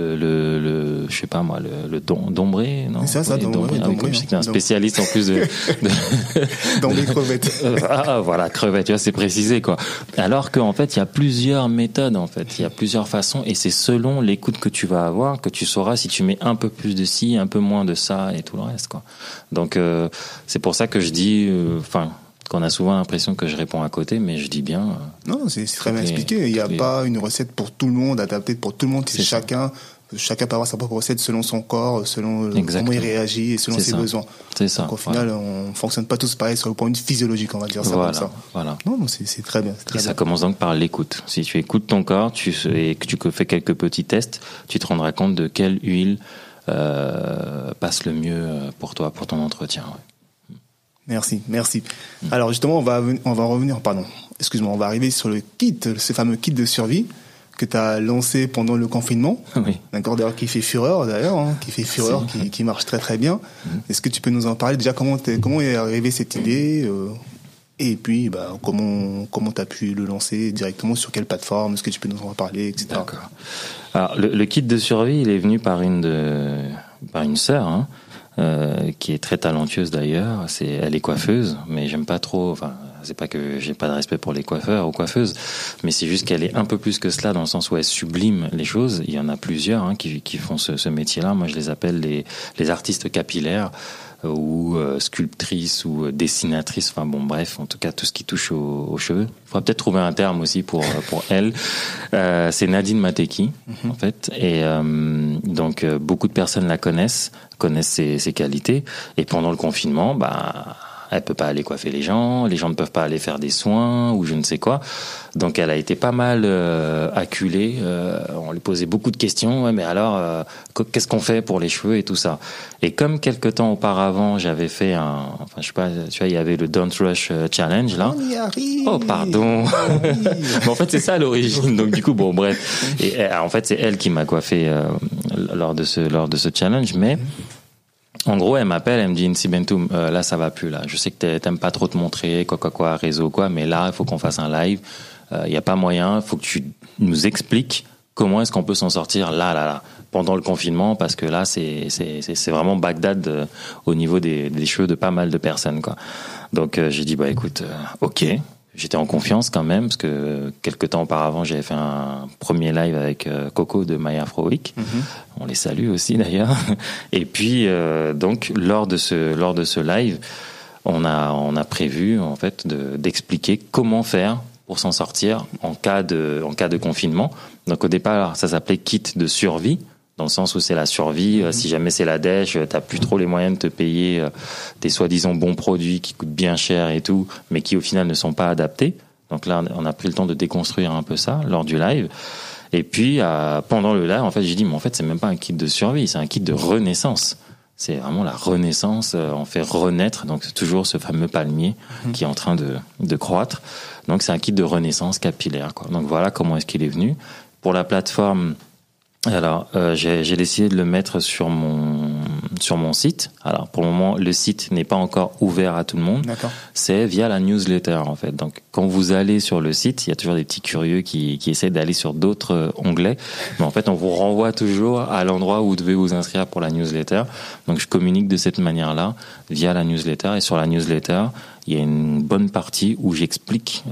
je sais pas moi, le dombré, non? C'est ça, dombré. Je sais que t'es un spécialiste en plus de dombré crevettes. Voilà, crevettes, tu vois, c'est précisé, quoi. Alors qu'en fait, il y a plusieurs méthodes, en fait. Il y a plusieurs façons, et c'est selon l'écoute que tu vas avoir que tu sauras si tu mets un peu plus de ci, un peu moins de ça, et tout le reste, quoi. Donc, c'est pour ça que je dis, qu'on a souvent l'impression que je réponds à côté, mais je dis bien. Non, c'est très bien expliqué. Il n'y a pas une recette pour tout le monde, adaptée pour tout le monde. C'est chacun peut avoir sa propre recette selon son corps, selon comment il réagit et selon ses besoins. C'est ça. Donc au final, on ne fonctionne pas tous pareil sur le point de vue physiologique, on va dire ça comme ça. Voilà. Non, c'est très bien. Ça commence donc par l'écoute. Si tu écoutes ton corps et que tu fais quelques petits tests, tu te rendras compte de quelle huile passe le mieux pour toi, pour ton entretien. Ouais. Merci. Alors justement, on va revenir, on va arriver sur le kit, ce fameux kit de survie que tu as lancé pendant le confinement. Oui. D'accord, d'ailleurs, qui fait fureur, qui marche très très bien. Est-ce que tu peux nous en parler déjà, comment est arrivée cette idée et puis comment tu as pu le lancer directement, sur quelle plateforme, est-ce que tu peux nous en parler, etc. D'accord. Alors le kit de survie, il est venu par une sœur, qui est très talentueuse d'ailleurs. Elle est coiffeuse, mais j'aime pas trop. Enfin, c'est pas que j'ai pas de respect pour les coiffeurs ou coiffeuses, mais c'est juste qu'elle est un peu plus que cela, dans le sens où elle sublime les choses. Il y en a plusieurs qui font ce métier-là. Moi, je les appelle les artistes capillaires, ou sculptrices ou dessinatrices. Enfin bon, bref, en tout cas tout ce qui touche aux cheveux. Il faudra peut-être trouver un terme aussi pour elle. C'est Nadine Mateki, en fait, et donc beaucoup de personnes la connaissent ses qualités. Et pendant le confinement, elle peut pas aller coiffer les gens ne peuvent pas aller faire des soins ou je ne sais quoi. Donc elle a été pas mal acculée. On lui posait beaucoup de questions. Ouais, mais alors, qu'est-ce qu'on fait pour les cheveux et tout ça? Et comme quelque temps auparavant, j'avais fait je sais pas, tu vois, il y avait le Don't Rush Challenge là. On y arrive. Oh pardon. Mais en fait c'est ça à l'origine. Donc du coup bon bref. Et en fait c'est elle qui m'a coiffé lors de ce challenge, mais En gros, elle m'appelle, elle me dit Nsi Bentoum, là ça va plus là. Je sais que t'aimes pas trop te montrer quoi réseau quoi, mais là il faut qu'on fasse un live. Il y a pas moyen, il faut que tu nous expliques comment est-ce qu'on peut s'en sortir là pendant le confinement, parce que là c'est vraiment Bagdad au niveau des cheveux de pas mal de personnes quoi. Donc j'ai dit bah écoute, ok. J'étais en confiance quand même, parce que quelques temps auparavant, j'avais fait un premier live avec Coco de My Afro Week. On les salue aussi d'ailleurs. Et puis donc lors de ce live, on a prévu en fait d'expliquer comment faire pour s'en sortir en cas de confinement. Donc au départ, ça s'appelait kit de survie, dans le sens où c'est la survie. Si jamais c'est la dèche, t'as plus trop les moyens de te payer tes soi-disant bons produits qui coûtent bien cher et tout, mais qui au final ne sont pas adaptés. Donc là, on a pris le temps de déconstruire un peu ça lors du live. Et puis pendant le live, en fait, j'ai dit mais en fait c'est même pas un kit de survie, c'est un kit de renaissance. C'est vraiment la renaissance, on fait renaître, donc c'est toujours ce fameux palmier qui est en train de croître. Donc c'est un kit de renaissance capillaire quoi. Donc voilà comment est-ce qu'il est venu. Pour la plateforme, alors j'ai décidé de le mettre sur mon site. Alors pour le moment le site n'est pas encore ouvert à tout le monde. D'accord. C'est via la newsletter en fait. Donc quand vous allez sur le site, il y a toujours des petits curieux qui essaient d'aller sur d'autres onglets, mais en fait on vous renvoie toujours à l'endroit où vous devez vous inscrire pour la newsletter. Donc je communique de cette manière-là via la newsletter, et sur la newsletter il y a une bonne partie où j'explique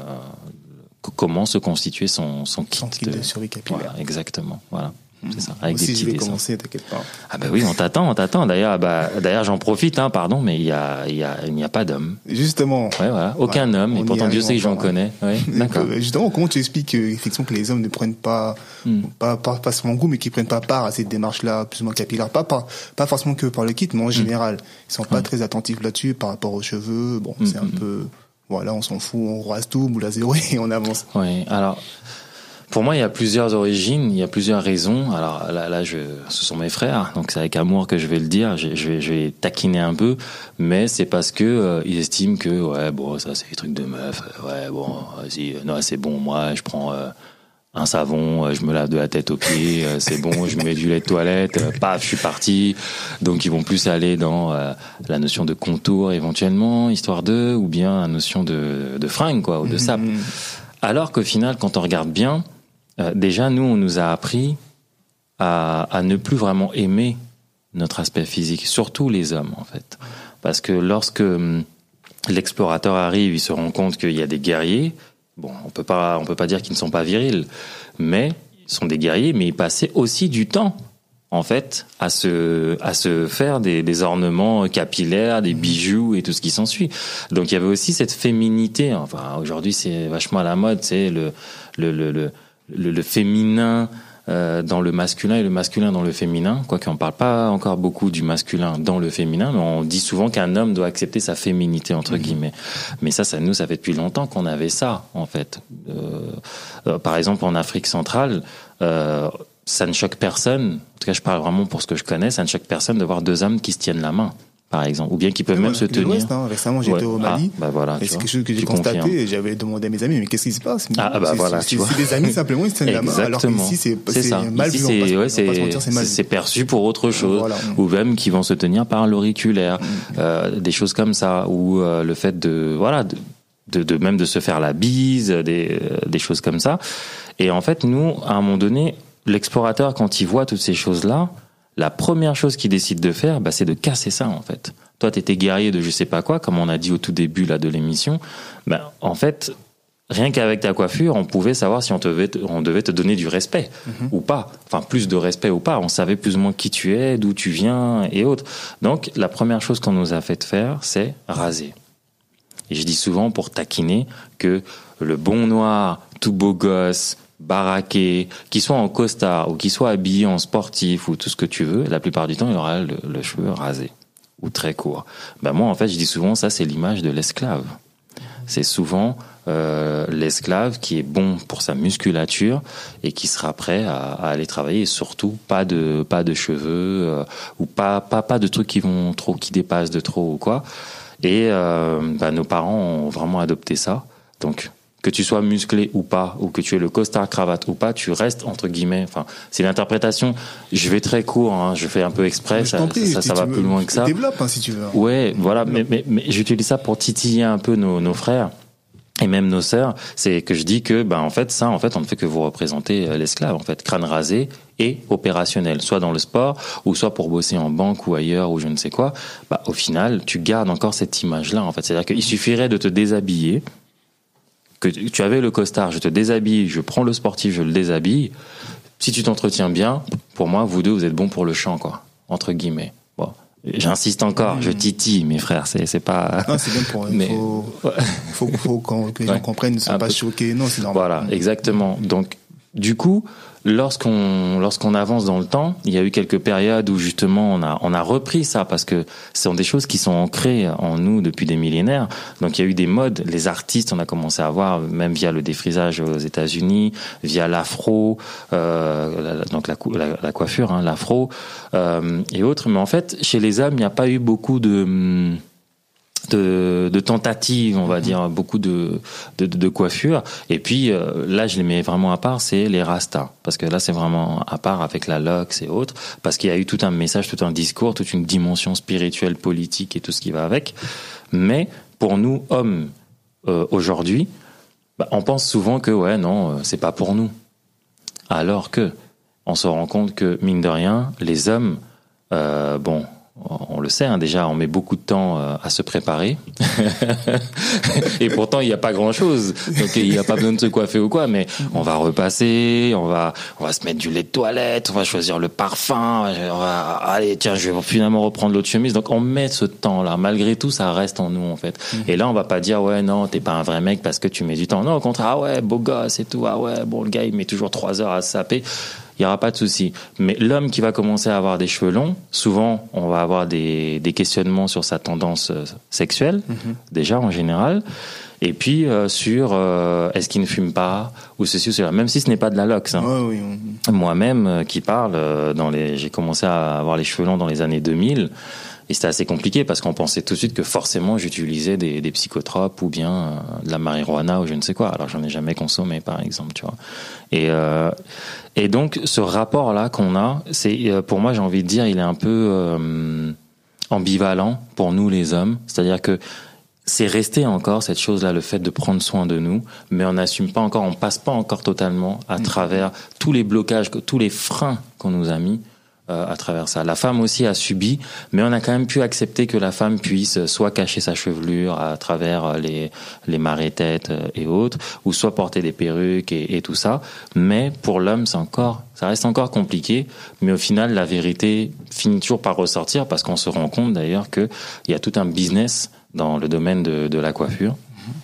comment se constituer son kit de survie capillaire. Voilà, exactement. Voilà. C'est ça. Avec aussi, des petits je vais dessins. commencer, t'inquiète pas. Ah bah oui, on t'attend. D'ailleurs, j'en profite, pardon, mais il n'y a pas d'homme. Justement. Ouais, voilà. Aucun homme, et pourtant Dieu sait que j'en connais. Ouais, d'accord. Justement, comment tu expliques effectivement que les hommes ne prennent pas seulement goût, mais qui prennent pas part à cette démarche-là, plus ou moins capillaire, pas forcément que par le kit, mais en général, ils sont pas très attentifs là-dessus par rapport aux cheveux. Bon, c'est un peu, voilà, on s'en fout, on rase tout, boule à zéro et on avance. Oui, alors. Pour moi, il y a plusieurs origines, il y a plusieurs raisons. Alors là, ce sont mes frères, donc c'est avec amour que je vais le dire. Je vais taquiner un peu, mais c'est parce que ils estiment que ouais, bon, ça c'est des trucs de meuf. Ouais, bon, vas-y, non, c'est bon. Moi, je prends un savon, je me lave de la tête aux pieds, c'est bon, je mets du lait de toilette, paf, je suis parti. Donc ils vont plus aller dans la notion de contour éventuellement, histoire de, ou bien la notion de fringue quoi, ou de sap. Alors qu'au final, quand on regarde bien, déjà, nous, on nous a appris à ne plus vraiment aimer notre aspect physique, surtout les hommes, en fait. Parce que lorsque l'explorateur arrive, il se rend compte qu'il y a des guerriers. Bon, on peut pas dire qu'ils ne sont pas virils, mais ils sont des guerriers, mais ils passaient aussi du temps, en fait, à se faire des ornements capillaires, des bijoux et tout ce qui s'ensuit. Donc, il y avait aussi cette féminité. Enfin, aujourd'hui, c'est vachement à la mode, c'est le féminin dans le masculin et le masculin dans le féminin, quoique on parle pas encore beaucoup du masculin dans le féminin, mais on dit souvent qu'un homme doit accepter sa féminité entre guillemets. Mais ça fait depuis longtemps qu'on avait ça en fait. Par exemple en Afrique centrale, ça ne choque personne. En tout cas, je parle vraiment pour ce que je connais. Ça ne choque personne de voir deux hommes qui se tiennent la main, par exemple, ou bien qui peuvent même se tenir. Récemment, j'étais au Mali. Voilà, et c'est quelque chose que j'ai constaté et j'avais demandé à mes amis, mais qu'est-ce qui se passe? C'est des amis simplement, ils se tiennent la main. Alors qu'ici, c'est mal vu. C'est perçu pour autre chose. Voilà. Ou même qui vont se tenir par l'auriculaire. Des choses comme ça. Ou le fait de même de se faire la bise, des choses comme ça. Et en fait, nous, à un moment donné, l'explorateur, quand il voit toutes ces choses-là, la première chose qu'il décide de faire, c'est de casser ça, en fait. Toi, t'étais guerrier de je sais pas quoi, comme on a dit au tout début là de l'émission. En fait, rien qu'avec ta coiffure, on pouvait savoir si on devait te donner du respect ou pas. Enfin, plus de respect ou pas. On savait plus ou moins qui tu es, d'où tu viens et autres. Donc, la première chose qu'on nous a fait faire, c'est raser. Et je dis souvent, pour taquiner, que le bon noir, tout beau gosse, baraqué, qu'il soit en costard ou qu'il soit habillé en sportif ou tout ce que tu veux, la plupart du temps, il aura le cheveu rasé ou très court. Moi, en fait, je dis souvent, ça, c'est l'image de l'esclave. C'est souvent l'esclave qui est bon pour sa musculature et qui sera prêt à aller travailler, et surtout pas de cheveux ou pas de trucs qui dépassent de trop ou quoi. Et nos parents ont vraiment adopté ça. Donc que tu sois musclé ou pas, ou que tu aies le costard cravate ou pas, tu restes entre guillemets. Enfin, c'est l'interprétation. Je vais très court, hein, je fais un peu exprès. Ça va plus loin que ça. Développe si tu veux. Ouais, voilà. Mais j'utilise ça pour titiller un peu nos frères. Et même nos sœurs, c'est que je dis que, en fait, on ne fait que vous représenter l'esclave, en fait, crâne rasé et opérationnel, soit dans le sport, ou soit pour bosser en banque ou ailleurs, ou je ne sais quoi. Au final, tu gardes encore cette image-là, en fait. C'est-à-dire qu'il suffirait de te déshabiller, que tu avais le costard, je te déshabille, je prends le sportif, je le déshabille. Si tu t'entretiens bien, pour moi, vous deux, vous êtes bons pour le chant, quoi, entre guillemets. Bon. J'insiste encore, je titille, mes frères, c'est pas. Non, c'est bien pour. Mais faut que les gens comprennent, ne soient pas choqués. Non, c'est normal. Voilà, exactement. Donc, du coup, lorsqu'on avance dans le temps, il y a eu quelques périodes où justement on a repris ça parce que ce sont des choses qui sont ancrées en nous depuis des millénaires. Donc il y a eu des modes, les artistes, on a commencé à voir même via le défrisage aux États-Unis, via l'afro, donc la coiffure, hein, l'afro et autres. Mais en fait, chez les hommes, il n'y a pas eu beaucoup de tentatives, on va dire, beaucoup de coiffures. Et puis là, je les mets vraiment à part, c'est les rastas, parce que là, c'est vraiment à part avec la lox et autres, parce qu'il y a eu tout un message, tout un discours, toute une dimension spirituelle, politique et tout ce qui va avec. Mais pour nous, hommes, aujourd'hui, on pense souvent que ouais, non, c'est pas pour nous. Alors que on se rend compte que mine de rien, les hommes, on le sait, hein, déjà, on met beaucoup de temps à se préparer. Et pourtant, il n'y a pas grand-chose. Donc, il n'y a pas besoin de se coiffer ou quoi, mais on va repasser, on va se mettre du lait de toilette, on va choisir le parfum, allez, tiens, je vais finalement reprendre l'autre chemise. Donc, on met ce temps-là. Malgré tout, ça reste en nous, en fait. Et là, on va pas dire, ouais, non, t'es pas un vrai mec parce que tu mets du temps. Non, au contraire, ah ouais, beau gosse et tout. Ah ouais, bon, le gars, il met toujours 3 heures à se saper. Il n'y aura pas de souci. Mais l'homme qui va commencer à avoir des cheveux longs, souvent, on va avoir des questionnements sur sa tendance sexuelle, déjà en général. Et puis sur est-ce qu'il ne fume pas ou ceci ou cela, même si ce n'est pas de la lox. Hein. Ouais, oui. Moi-même, qui parle, j'ai commencé à avoir les cheveux longs dans les années 2000. Et c'était assez compliqué parce qu'on pensait tout de suite que forcément j'utilisais des psychotropes ou bien de la marijuana ou je ne sais quoi. Alors j'en ai jamais consommé par exemple, tu vois. Et donc ce rapport-là qu'on a, c'est pour moi j'ai envie de dire, il est un peu ambivalent pour nous les hommes. C'est-à-dire que c'est resté encore cette chose-là, le fait de prendre soin de nous, mais on n'assume pas encore, on passe pas encore totalement à travers tous les blocages, tous les freins qu'on nous a mis. À travers ça. La femme aussi a subi, mais on a quand même pu accepter que la femme puisse soit cacher sa chevelure à travers les marées-têtes et autres, ou soit porter des perruques et tout ça. Mais pour l'homme, ça reste encore compliqué. Mais au final, la vérité finit toujours par ressortir parce qu'on se rend compte d'ailleurs qu'il y a tout un business dans le domaine de la coiffure.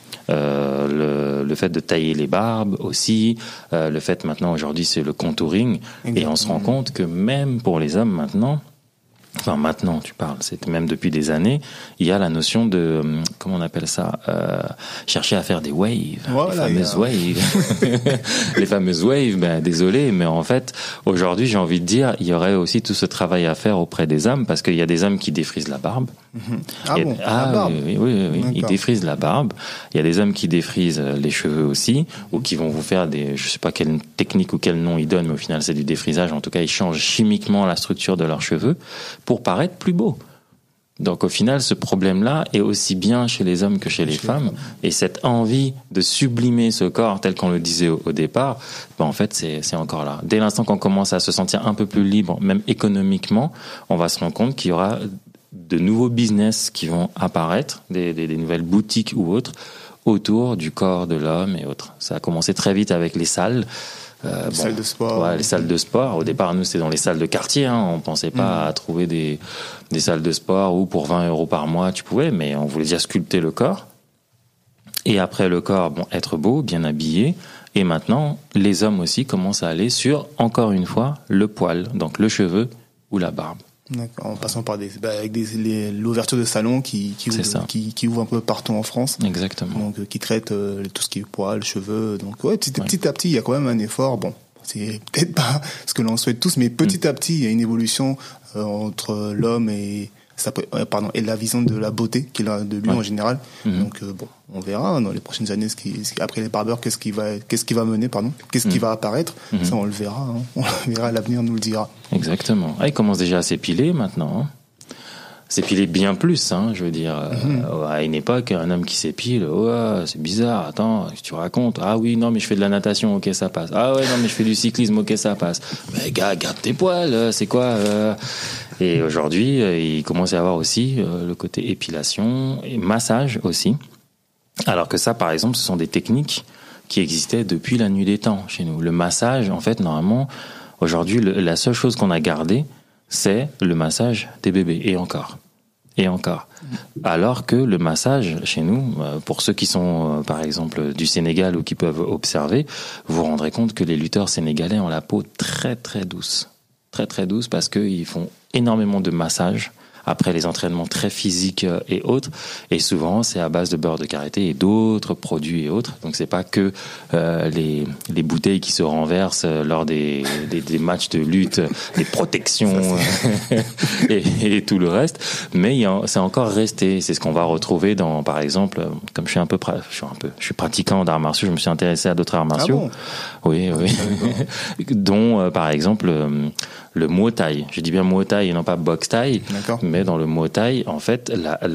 Le fait de tailler les barbes aussi, le fait maintenant aujourd'hui c'est le contouring. Exactement. Et on se rend compte que même pour les hommes maintenant tu parles, c'est même depuis des années, il y a la notion de, comment on appelle ça, chercher à faire des waves, voilà, les fameuses waves. Les fameuses waves, désolé, mais en fait, aujourd'hui, j'ai envie de dire, il y aurait aussi tout ce travail à faire auprès des hommes, parce qu'il y a des hommes qui défrisent la barbe. Ah bon, la barbe. Oui, ils défrisent la barbe. Il y a des hommes qui défrisent les cheveux aussi, ou qui vont vous faire je sais pas quelle technique ou quel nom ils donnent, mais au final, c'est du défrisage. En tout cas, ils changent chimiquement la structure de leurs cheveux pour paraître plus beau. Donc au final, ce problème-là est aussi bien chez les hommes que chez les femmes. Et cette envie de sublimer ce corps tel qu'on le disait au départ, en fait, c'est encore là. Dès l'instant qu'on commence à se sentir un peu plus libre, même économiquement, on va se rendre compte qu'il y aura de nouveaux business qui vont apparaître, des nouvelles boutiques ou autres, autour du corps de l'homme et autres. Ça a commencé très vite avec les salles. Les salles de sport. Ouais, les salles de sport. Au départ, nous, c'était dans les salles de quartier. Hein. On pensait pas à trouver des salles de sport où pour 20 € par mois, tu pouvais, mais on voulait déjà sculpter le corps. Et après le corps, être beau, bien habillé. Et maintenant, les hommes aussi commencent à aller sur, encore une fois, le poil. Donc le cheveu ou la barbe. D'accord, en passant par avec l'ouverture de salons qui ouvre un peu partout en France. Exactement. Donc qui traite tout ce qui est poils, cheveux. Donc petit à petit, il y a quand même un effort. Bon, c'est peut-être pas ce que l'on souhaite tous, mais petit à petit, il y a une évolution entre l'homme et et la vision de la beauté qu'il a de lui en général. Donc on verra dans les prochaines années après les barbeurs qu'est-ce qui va mener, qu'est-ce qui va apparaître. Ça on le verra, on le verra, l'avenir nous le dira. Exactement. Il commence déjà à s'épiler maintenant. S'épiler bien plus, je veux dire. À une époque, un homme qui s'épile, c'est bizarre, attends, qu'est-ce que tu racontes? Ah oui, non, mais je fais de la natation, ok, ça passe. Ah ouais, non, mais je fais du cyclisme, ok, ça passe. Mais gars, garde tes poils, c'est quoi Et aujourd'hui, il commence à y avoir aussi le côté épilation et massage aussi. Alors que ça, par exemple, ce sont des techniques qui existaient depuis la nuit des temps chez nous. Le massage, en fait, normalement, aujourd'hui, la seule chose qu'on a gardée, c'est le massage des bébés, et encore. Alors que le massage, chez nous, pour ceux qui sont, par exemple, du Sénégal ou qui peuvent observer, vous vous rendrez compte que les lutteurs sénégalais ont la peau très, très douce. Très, très douce, parce qu'ils font énormément de massages après les entraînements très physiques et autres. Et souvent, c'est à base de beurre de karité et d'autres produits et autres. Donc, c'est pas que les bouteilles qui se renversent lors des matchs de lutte, les protections et tout le reste. Mais c'est encore resté. C'est ce qu'on va retrouver dans, par exemple, comme je suis pratiquant d'arts martiaux, je me suis intéressé à d'autres arts martiaux. Ah bon? Oui. Dont, par exemple, le Muay Thai. Je dis bien Muay Thai et non pas Boxe Thai. D'accord. Mais dans le Muay Thai, en fait,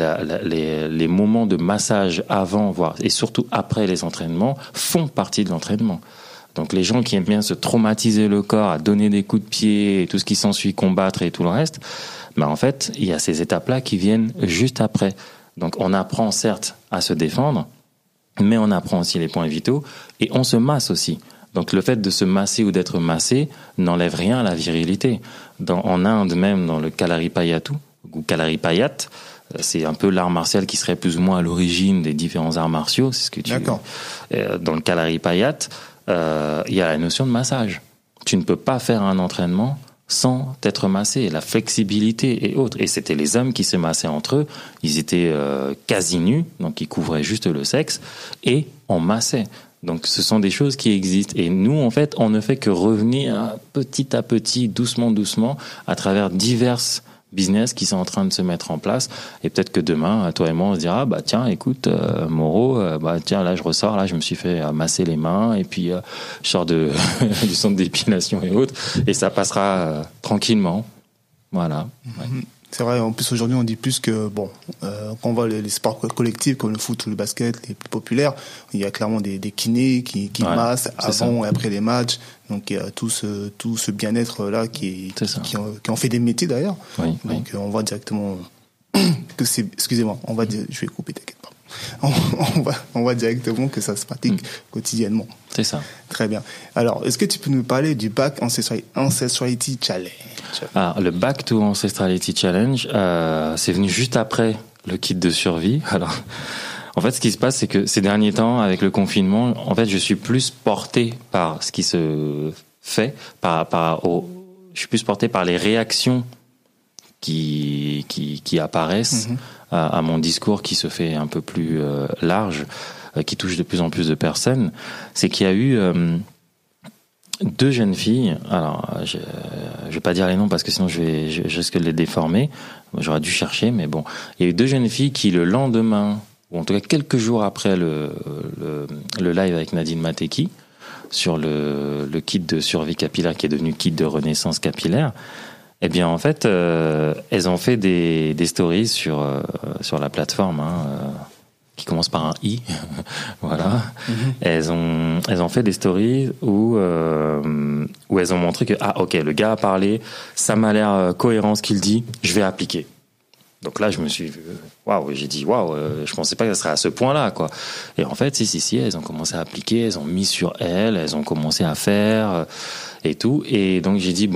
les moments de massage avant, voire et surtout après les entraînements, font partie de l'entraînement. Donc les gens qui aiment bien se traumatiser le corps, à donner des coups de pied et tout ce qui s'ensuit, combattre et tout le reste, en fait, il y a ces étapes-là qui viennent juste après. Donc on apprend certes à se défendre, mais on apprend aussi les points vitaux et on se masse aussi. Donc le fait de se masser ou d'être massé n'enlève rien à la virilité. En Inde même, dans le Kalaripayattu, ou Kalaripayat, c'est un peu l'art martial qui serait plus ou moins à l'origine des différents arts martiaux. C'est ce que D'accord. Dans le Kalaripayat, il y a la notion de massage. Tu ne peux pas faire un entraînement sans être massé. La flexibilité et autres. Et c'était les hommes qui se massaient entre eux. Ils étaient quasi nus, donc ils couvraient juste le sexe, et on massait. Donc ce sont des choses qui existent. Et nous, en fait, on ne fait que revenir petit à petit, doucement, à travers diverses business qui sont en train de se mettre en place. Et peut-être que demain, toi et moi, on se dira, tiens, écoute, Moreau, tiens, là, je ressors, là, je me suis fait masser les mains, et puis je sors du centre d'épilation et autres, et ça passera tranquillement. Voilà. Ouais. C'est vrai, en plus aujourd'hui on dit plus que quand on voit les sports collectifs comme le foot ou le basket les plus populaires, il y a clairement des kinés qui massent avant et après les matchs. Donc il y a tout ce bien-être là qui en fait des métiers d'ailleurs. Oui, donc on voit directement que c'est, excusez-moi, je vais couper, t'inquiète pas. On voit directement que ça se pratique quotidiennement. C'est ça. Très bien. Alors, est-ce que tu peux nous parler du Back Ancestrality Challenge? Le Back to Ancestrality Challenge, c'est venu juste après le kit de survie. Alors, en fait, ce qui se passe, c'est que ces derniers temps, avec le confinement, en fait, je suis plus porté par ce qui se fait, je suis plus porté par les réactions qui apparaissent à mon discours qui se fait un peu plus large, qui touche de plus en plus de personnes. C'est qu'il y a eu deux jeunes filles. Alors, je vais pas dire les noms parce que sinon je risque de les déformer. J'aurais dû chercher, mais bon. Il y a eu deux jeunes filles qui, le lendemain, ou en tout cas quelques jours après le live avec Nadine Mateki, sur le kit de survie capillaire qui est devenu kit de renaissance capillaire, eh bien, en fait, elles ont fait des stories sur la plateforme, qui commence par un i, voilà. Elles ont fait des stories où elles ont montré que ok, le gars a parlé, ça m'a l'air cohérent ce qu'il dit, je vais appliquer. Donc là, je me suis j'ai dit je pensais pas que ça serait à ce point-là, quoi. Et en fait, si, elles ont commencé à appliquer, elles ont mis sur elles ont commencé à faire et tout. Et donc j'ai dit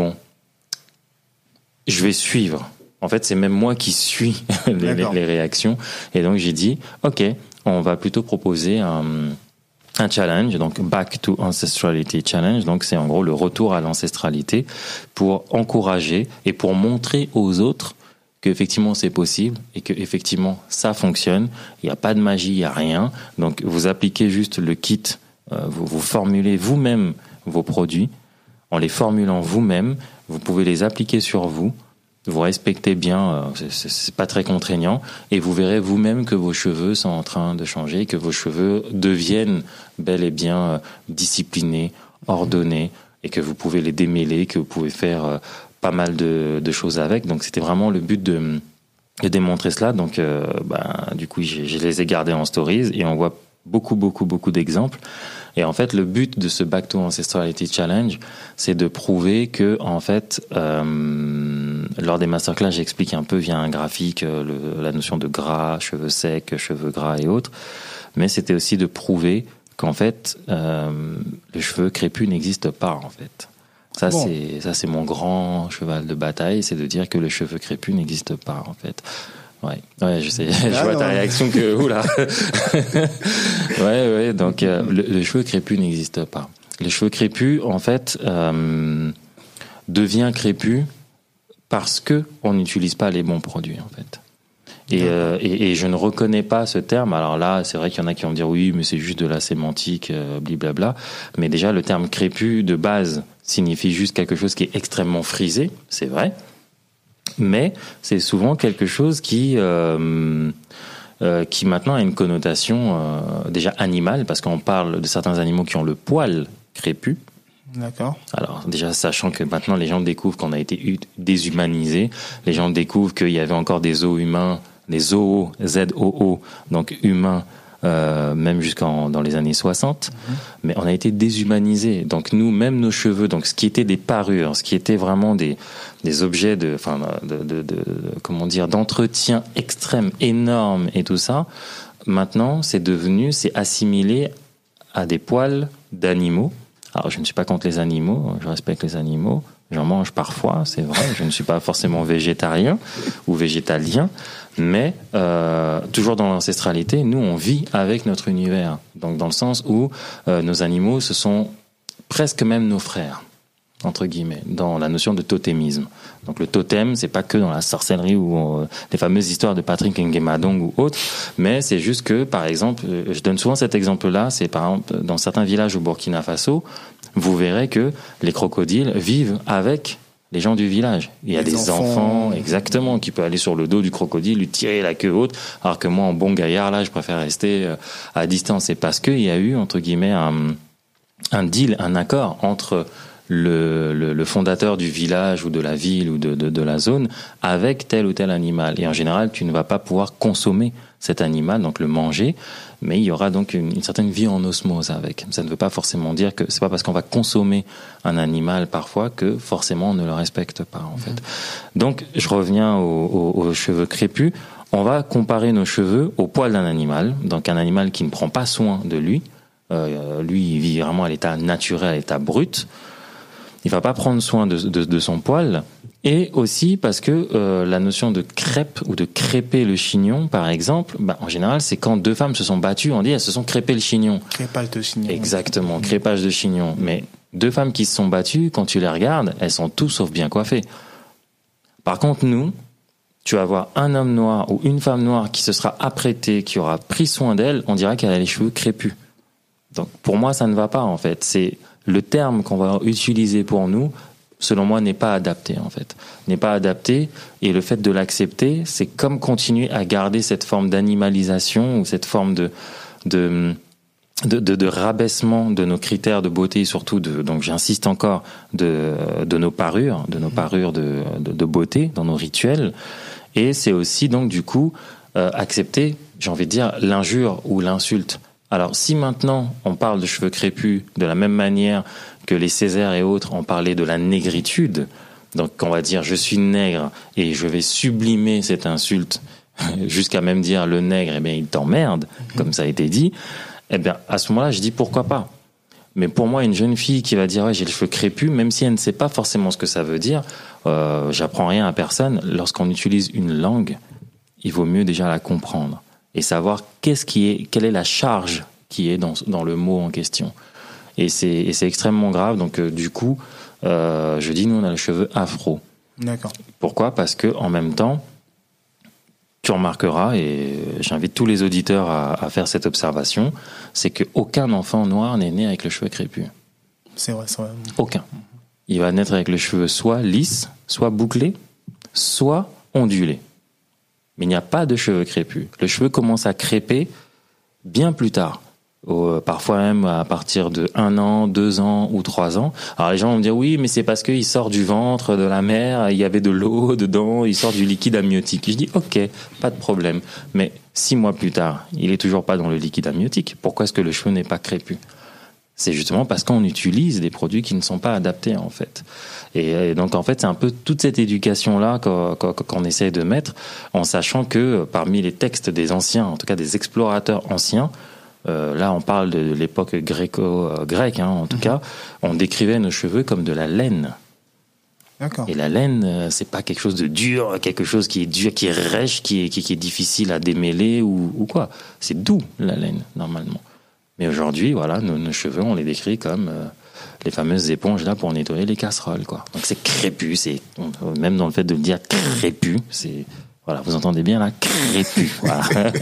je vais suivre. En fait, c'est même moi qui suis les réactions. Et donc, j'ai dit, ok, on va plutôt proposer un challenge, donc Back to Ancestrality Challenge. Donc, c'est en gros le retour à l'ancestralité pour encourager et pour montrer aux autres qu'effectivement c'est possible et qu'effectivement ça fonctionne. Il n'y a pas de magie, il n'y a rien. Donc, vous appliquez juste le kit, vous formulez vous-même vos produits. En les formulant vous-même, vous pouvez les appliquer sur vous vous respectez bien, c'est pas très contraignant, et vous verrez vous-même que vos cheveux sont en train de changer, que vos cheveux deviennent bel et bien disciplinés, ordonnés, et que vous pouvez les démêler, que vous pouvez faire pas mal de choses avec. Donc c'était vraiment le but de démontrer cela. Donc du coup je les ai gardés en stories, et on voit beaucoup d'exemples. Et en fait, le but de ce Back to Ancestrality Challenge, c'est de prouver que, en fait, lors des masterclass, j'explique un peu via un graphique la notion de gras, cheveux secs, cheveux gras et autres. Mais c'était aussi de prouver qu'en fait, le cheveu crépus n'existe pas, en fait. Ça, c'est mon grand cheval de bataille, c'est de dire que le cheveu crépus n'existe pas, en fait. Ouais, je sais. Je vois ta réaction que oula. ouais. Donc le cheveu crépus n'existe pas. Le cheveu crépus, en fait, devient crépus parce que on n'utilise pas les bons produits, en fait. Et je ne reconnais pas ce terme. Alors là, c'est vrai qu'il y en a qui vont me dire oui, mais c'est juste de la sémantique, blablabla. Mais déjà, le terme crépus de base signifie juste quelque chose qui est extrêmement frisé, c'est vrai. Mais c'est souvent quelque chose qui maintenant a une connotation déjà animale, parce qu'on parle de certains animaux qui ont le poil crépus. D'accord. Alors déjà, sachant que maintenant les gens découvrent qu'on a été déshumanisé, les gens découvrent qu'il y avait encore des zoos humains, des zoos, Z-O-O, donc humains, même dans les années 60, mais on a été déshumanisé. Donc nous, même nos cheveux, donc ce qui était des parures, ce qui était vraiment des objets comment dire, d'entretien extrême, énorme et tout ça, maintenant c'est assimilé à des poils d'animaux. Alors je ne suis pas contre les animaux, je respecte les animaux. J'en mange parfois, c'est vrai. Je ne suis pas forcément végétarien ou végétalien, mais toujours dans l'ancestralité, nous on vit avec notre univers. Donc dans le sens où nos animaux, ce sont presque même nos frères, entre guillemets, dans la notion de totémisme. Donc le totem, c'est pas que dans la sorcellerie ou les fameuses histoires de Patrick Nguemadong ou autres, mais c'est juste que, par exemple, je donne souvent cet exemple-là, c'est par exemple dans certains villages au Burkina Faso, vous verrez que les crocodiles vivent avec les gens du village. Il y a des enfants, exactement, qui peuvent aller sur le dos du crocodile, lui tirer la queue haute, alors que moi, en bon gaillard, là, je préfère rester à distance. C'est parce qu'il y a eu, entre guillemets, un deal, un accord entre le fondateur du village ou de la ville ou de la zone avec tel ou tel animal. Et en général, tu ne vas pas pouvoir consommer cet animal, donc le manger, mais il y aura donc une certaine vie en osmose avec. Ça ne veut pas forcément dire que c'est pas parce qu'on va consommer un animal parfois que forcément on ne le respecte pas, en fait. Donc, je reviens aux cheveux crépus. On va comparer nos cheveux au poil d'un animal, donc un animal qui ne prend pas soin de lui. Lui, il vit vraiment à l'état naturel, à l'état brut. Il va pas prendre soin de son poil, et aussi parce que la notion de crêpe ou de crêper le chignon, par exemple, en général, c'est quand deux femmes se sont battues, on dit elles se sont crêpées le chignon. Crêpage de chignon. Exactement, crêpage de chignon. Mais deux femmes qui se sont battues, quand tu les regardes, elles sont tout sauf bien coiffées. Par contre, nous, tu vas voir un homme noir ou une femme noire qui se sera apprêtée, qui aura pris soin d'elle, on dirait qu'elle a les cheveux crépus. Donc pour moi, ça ne va pas, en fait. C'est le terme qu'on va utiliser pour nous, selon moi, n'est pas adapté, en fait. N'est pas adapté, et le fait de l'accepter, c'est comme continuer à garder cette forme d'animalisation ou cette forme de rabaissement de nos critères de beauté, surtout donc j'insiste encore, de nos parures, de beauté dans nos rituels. Et c'est aussi donc du coup accepter, j'ai envie de dire, l'injure ou l'insulte. Alors, si maintenant on parle de cheveux crépus de la même manière que les Césaires et autres ont parlé de la négritude, donc on va dire je suis nègre et je vais sublimer cette insulte jusqu'à même dire le nègre, eh bien il t'emmerde, comme ça a été dit, eh bien à ce moment-là je dis pourquoi pas. Mais pour moi, une jeune fille qui va dire ouais, j'ai les cheveux crépus, même si elle ne sait pas forcément ce que ça veut dire, j'apprends rien à personne. Lorsqu'on utilise une langue, il vaut mieux déjà la comprendre et savoir quelle est la charge qui est dans le mot en question. Et c'est extrêmement grave. Donc du coup, je dis nous on a les cheveux afro. D'accord. Pourquoi ? Parce que en même temps, tu remarqueras, et j'invite tous les auditeurs à faire cette observation, c'est qu'aucun enfant noir n'est né avec le cheveu crépus. C'est vrai, c'est vrai. Aucun. Il va naître avec les cheveux soit lisses, soit bouclés, soit ondulés. Mais il n'y a pas de cheveux crépus. Le cheveu commence à crêper bien plus tard. Parfois même à partir de 1 an, 2 ans ou 3 ans. Alors les gens vont me dire oui, mais c'est parce qu'il sort du ventre de la mère, il y avait de l'eau dedans, il sort du liquide amniotique. Je dis ok, pas de problème. Mais 6 mois plus tard, il est toujours pas dans le liquide amniotique. Pourquoi est-ce que le cheveu n'est pas crépus ? C'est justement parce qu'on utilise des produits qui ne sont pas adaptés en fait. Et donc en fait c'est un peu toute cette éducation-là qu'on essaie de mettre, en sachant que parmi les textes des anciens, en tout cas des explorateurs anciens, là on parle de l'époque grecque, en tout cas, on décrivait nos cheveux comme de la laine. D'accord. Et la laine, c'est pas quelque chose de dur, quelque chose qui est dur, qui est rêche, qui est difficile à démêler ou quoi. C'est doux la laine normalement. Mais aujourd'hui, voilà, nos cheveux, on les décrit comme les fameuses éponges là pour nettoyer les casseroles, quoi. Donc c'est crépus, même dans le fait de le dire crépus, c'est voilà, vous entendez bien là, crépus. Voilà.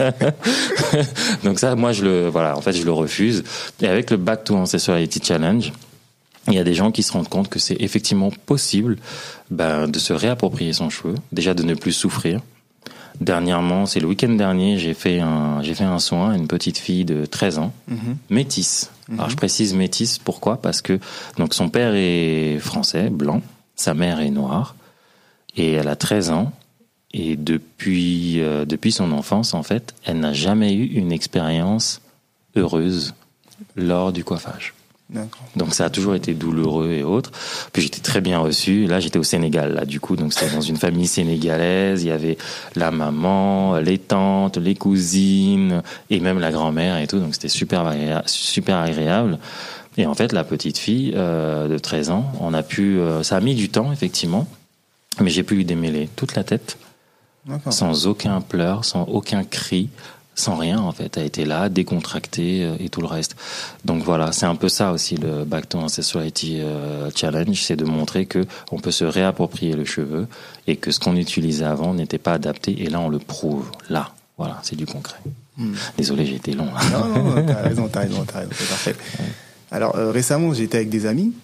Donc ça, moi, je le refuse. Et avec le Back to Ancestrality Challenge, il y a des gens qui se rendent compte que c'est effectivement possible, de se réapproprier son cheveu, déjà de ne plus souffrir. Dernièrement, c'est le week-end dernier, j'ai fait un soin à une petite fille de 13 ans, métisse. Alors je précise métisse, pourquoi ? Parce que donc son père est français, blanc, sa mère est noire, et elle a 13 ans. Et depuis son enfance, en fait, elle n'a jamais eu une expérience heureuse lors du coiffage. D'accord. Donc ça a toujours été douloureux et autres. Puis j'étais très bien reçu. Là, j'étais au Sénégal, là, du coup. Donc c'était dans une famille sénégalaise. Il y avait la maman, les tantes, les cousines et même la grand-mère et tout. Donc c'était super agréable. Et en fait, la petite fille de 13 ans, ça a mis du temps, effectivement. Mais j'ai pu lui démêler toute la tête. D'accord. Sans aucun pleur, sans aucun cri, sans rien en fait. Elle a été là, décontractée et tout le reste. Donc voilà, c'est un peu ça aussi le Back to Ancestrality Challenge, c'est de montrer que on peut se réapproprier le cheveu et que ce qu'on utilisait avant n'était pas adapté. Et là, on le prouve. Là, voilà, c'est du concret. Désolé, j'ai été long. Non, t'as raison, c'est parfait. Ouais. Alors récemment, j'étais avec des amis,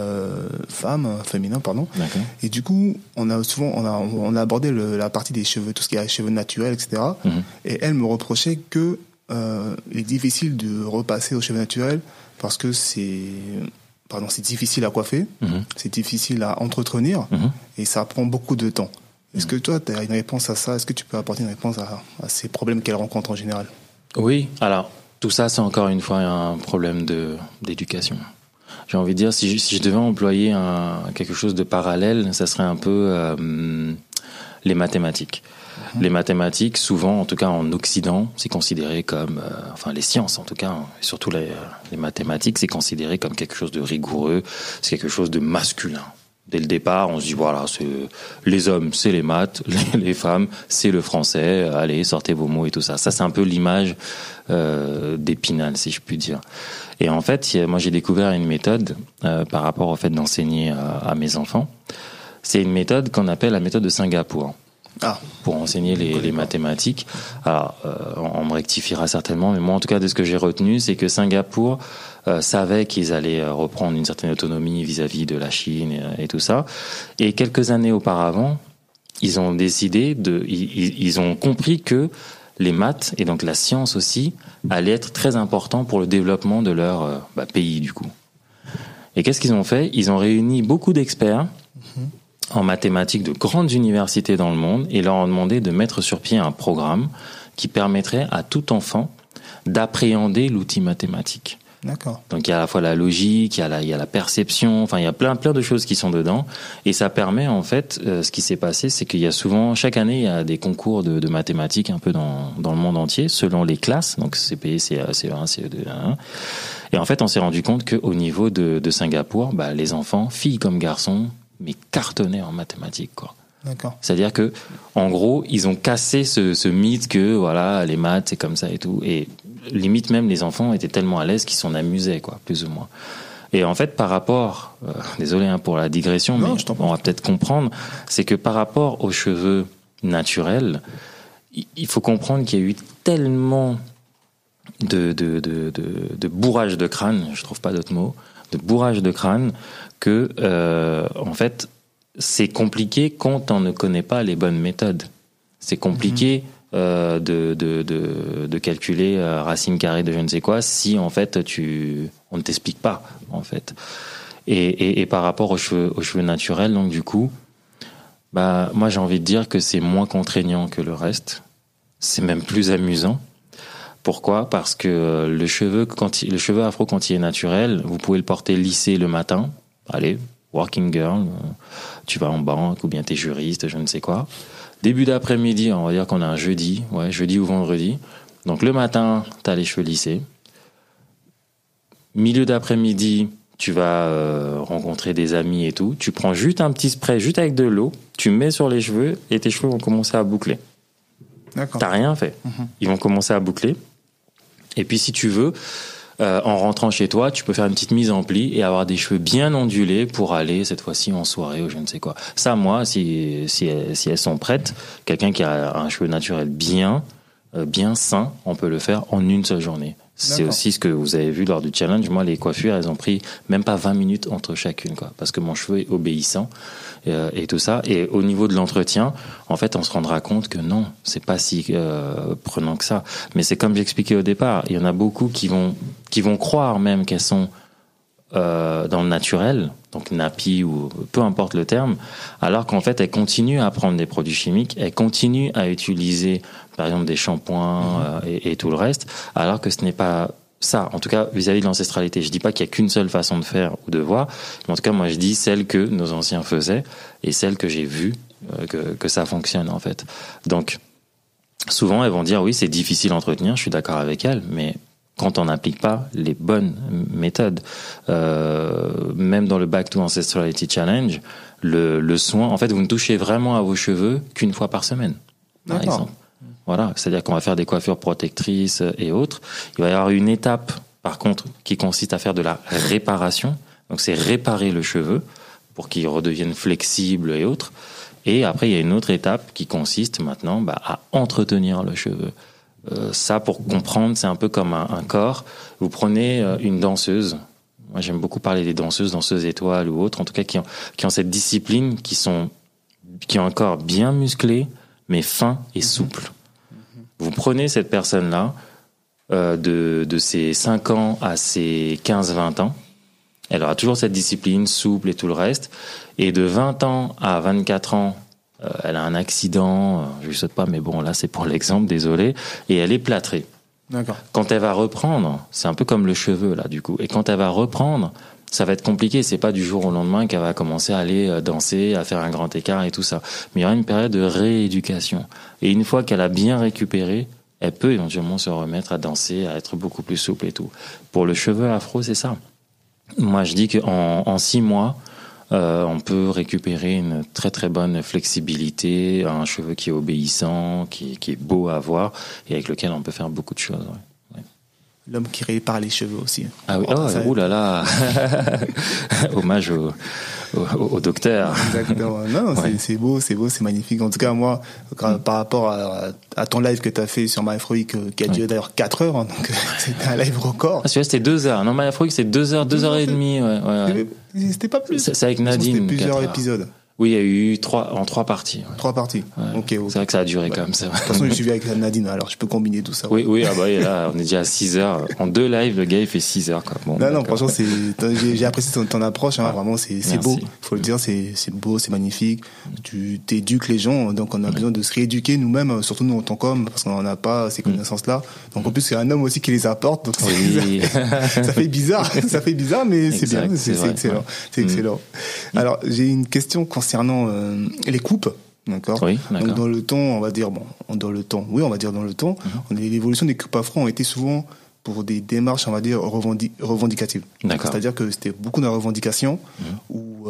féminins, pardon. D'accord. Et du coup, on a abordé la partie des cheveux, tout ce qui est cheveux naturels, etc. Et elle me reprochait que il est difficile de repasser aux cheveux naturels parce que c'est difficile à coiffer, c'est difficile à entretenir et ça prend beaucoup de temps. Est-ce que toi, tu as une réponse à ça ? Est-ce que tu peux apporter une réponse à ces problèmes qu'elle rencontre en général ? Oui, alors tout ça, c'est encore une fois un problème d'éducation. J'ai envie de dire, si je devais employer quelque chose de parallèle, ça serait un peu les mathématiques. Les mathématiques, souvent, en tout cas en Occident, c'est considéré comme, les sciences en tout cas, et surtout les mathématiques, c'est considéré comme quelque chose de rigoureux, c'est quelque chose de masculin. Dès le départ, on se dit voilà, les hommes, c'est les maths, les femmes, c'est le français. Allez, sortez vos mots et tout ça. Ça, c'est un peu l'image d'Épinal, si je puis dire. Et en fait, moi, j'ai découvert une méthode par rapport au fait d'enseigner à mes enfants. C'est une méthode qu'on appelle la méthode de Singapour. Pour enseigner les mathématiques. Alors, on me rectifiera certainement, mais moi, en tout cas, de ce que j'ai retenu, c'est que Singapour savait qu'ils allaient reprendre une certaine autonomie vis-à-vis de la Chine et tout ça. Et quelques années auparavant, ils ont décidé ils ont compris que les maths et donc la science aussi allaient être très importants pour le développement de leur pays, du coup. Et qu'est-ce qu'ils ont fait ? Ils ont réuni beaucoup d'experts en mathématiques de grandes universités dans le monde et leur ont demandé de mettre sur pied un programme qui permettrait à tout enfant d'appréhender l'outil mathématique. D'accord. Donc il y a à la fois la logique, il y a la perception, enfin il y a plein de choses qui sont dedans et ça permet en fait, ce qui s'est passé, c'est qu'il y a souvent, chaque année, il y a des concours de mathématiques un peu dans le monde entier, selon les classes, donc CP, CA, CE1, CE2, CE1. Et en fait, on s'est rendu compte qu'au niveau de Singapour, les enfants, filles comme garçons, mais cartonnaient en mathématiques, quoi. D'accord. C'est-à-dire que, en gros, ils ont cassé ce mythe que, voilà, les maths, c'est comme ça et tout. Et limite même, les enfants étaient tellement à l'aise qu'ils s'en amusaient, quoi, plus ou moins. Et en fait, par rapport, désolé pour la digression, mais on va peut-être comprendre, c'est que par rapport aux cheveux naturels, il faut comprendre qu'il y a eu tellement de bourrage de crâne, je trouve pas d'autre mot, de bourrage de crâne, que, en fait, c'est compliqué quand on ne connaît pas les bonnes méthodes. C'est compliqué de calculer racine carrée de je ne sais quoi si en fait on ne t'explique pas en fait. Et par rapport aux cheveux naturels, donc du coup, moi j'ai envie de dire que c'est moins contraignant que le reste. C'est même plus amusant. Pourquoi ? Parce que le cheveu afro quand il est naturel, vous pouvez le porter lissé le matin. Allez, working girl, tu vas en banque ou bien t'es juriste, je ne sais quoi. Début d'après-midi, on va dire qu'on a un jeudi ou vendredi. Donc le matin, t'as les cheveux lissés. Milieu d'après-midi, tu vas rencontrer des amis et tout. Tu prends juste un petit spray, juste avec de l'eau, tu mets sur les cheveux et tes cheveux vont commencer à boucler. D'accord. T'as rien fait. Ils vont commencer à boucler. Et puis si tu veux, en rentrant chez toi, tu peux faire une petite mise en pli et avoir des cheveux bien ondulés pour aller cette fois-ci en soirée ou je ne sais quoi. Ça, moi, si elles sont prêtes, quelqu'un qui a un cheveu naturel bien sain, on peut le faire en une seule journée. C'est aussi ce que vous avez vu lors du challenge. Moi, les coiffures, elles ont pris même pas 20 minutes entre chacune, quoi, parce que mon cheveu est obéissant et tout ça. Et au niveau de l'entretien, en fait, on se rendra compte que non, c'est pas si prenant que ça. Mais c'est comme j'expliquais au départ, il y en a beaucoup qui vont croire même qu'elles sont dans le naturel, donc nappy ou peu importe le terme, alors qu'en fait elles continuent à prendre des produits chimiques, elles continuent à utiliser par exemple des shampoings et tout le reste, alors que ce n'est pas ça, en tout cas vis-à-vis de l'ancestralité. Je dis pas qu'il y a qu'une seule façon de faire ou de voir, mais en tout cas moi je dis celle que nos anciens faisaient et celle que j'ai vue que ça fonctionne en fait. Donc souvent elles vont dire oui c'est difficile à entretenir, je suis d'accord avec elles, mais quand on n'applique pas les bonnes méthodes, même dans le Back to Ancestrality Challenge, le soin, en fait, vous ne touchez vraiment à vos cheveux qu'une fois par semaine, par exemple. Voilà, c'est-à-dire qu'on va faire des coiffures protectrices et autres. Il va y avoir une étape, par contre, qui consiste à faire de la réparation. Donc, c'est réparer le cheveu pour qu'il redevienne flexible et autres. Et après, il y a une autre étape qui consiste maintenant à entretenir le cheveu. Ça, pour comprendre, c'est un peu comme un corps. Vous prenez une danseuse. Moi, j'aime beaucoup parler des danseuses étoiles ou autres, en tout cas qui ont cette discipline, qui ont un corps bien musclé, mais fin et souple. Vous prenez cette personne-là, de ses 5 ans à ses 15-20 ans. Elle aura toujours cette discipline souple et tout le reste. Et de 20 ans à 24 ans, elle a un accident, je lui saute pas, mais bon, là, c'est pour l'exemple, désolé, et elle est plâtrée. D'accord. Quand elle va reprendre, c'est un peu comme le cheveu, là, du coup, et quand elle va reprendre, ça va être compliqué, c'est pas du jour au lendemain qu'elle va commencer à aller danser, à faire un grand écart et tout ça. Mais il y aura une période de rééducation. Et une fois qu'elle a bien récupéré, elle peut éventuellement se remettre à danser, à être beaucoup plus souple et tout. Pour le cheveu afro, c'est ça. Moi, je dis qu'en 6 mois, on peut récupérer une très très bonne flexibilité, un cheveu qui est obéissant, qui est beau à voir et avec lequel on peut faire beaucoup de choses. Ouais. L'homme qui répare les cheveux aussi. Ah oui, oulala. Hommage au docteur. Exactement. Non, ouais. c'est beau, c'est magnifique. En tout cas, moi, par rapport à ton live que tu as fait sur MyAfroWeek, qui a duré d'ailleurs 4 heures, hein, donc c'était un live record. Ah, celui-là, c'était 2 heures. Non, MyAfroWeek, c'est 2 heures, 2 heures et demie. Ouais. C'était pas plus. C'est avec Nadine. C'était plusieurs épisodes. Oui, il y a eu 3 parties. Ouais. 3 parties. Ouais. Okay. C'est vrai que ça a duré quand même. C'est vrai. De toute façon, je suis avec Nadine, alors je peux combiner tout ça. Oui, ah bah, et là, on est déjà à 6 heures. En 2 lives, le gars, il fait 6 heures, quoi. Bon, non, franchement, j'ai apprécié ton approche, hein, vraiment, c'est beau. Faut le dire, c'est beau, c'est magnifique. Tu t'éduques les gens, donc on a besoin de se rééduquer nous-mêmes, surtout nous en tant qu'hommes, parce qu'on n'a pas ces connaissances-là. Donc en plus, c'est un homme aussi qui les apporte, donc oui. ça fait bizarre, mais c'est bien, c'est excellent. C'est excellent. Alors, j'ai une question concernant les coupes. D'accord. Oui, donc dans le temps, on va dire l'évolution des coupes afro ont été souvent pour des démarches, on va dire revendicatives. C'est-à-dire que c'était beaucoup de revendications ou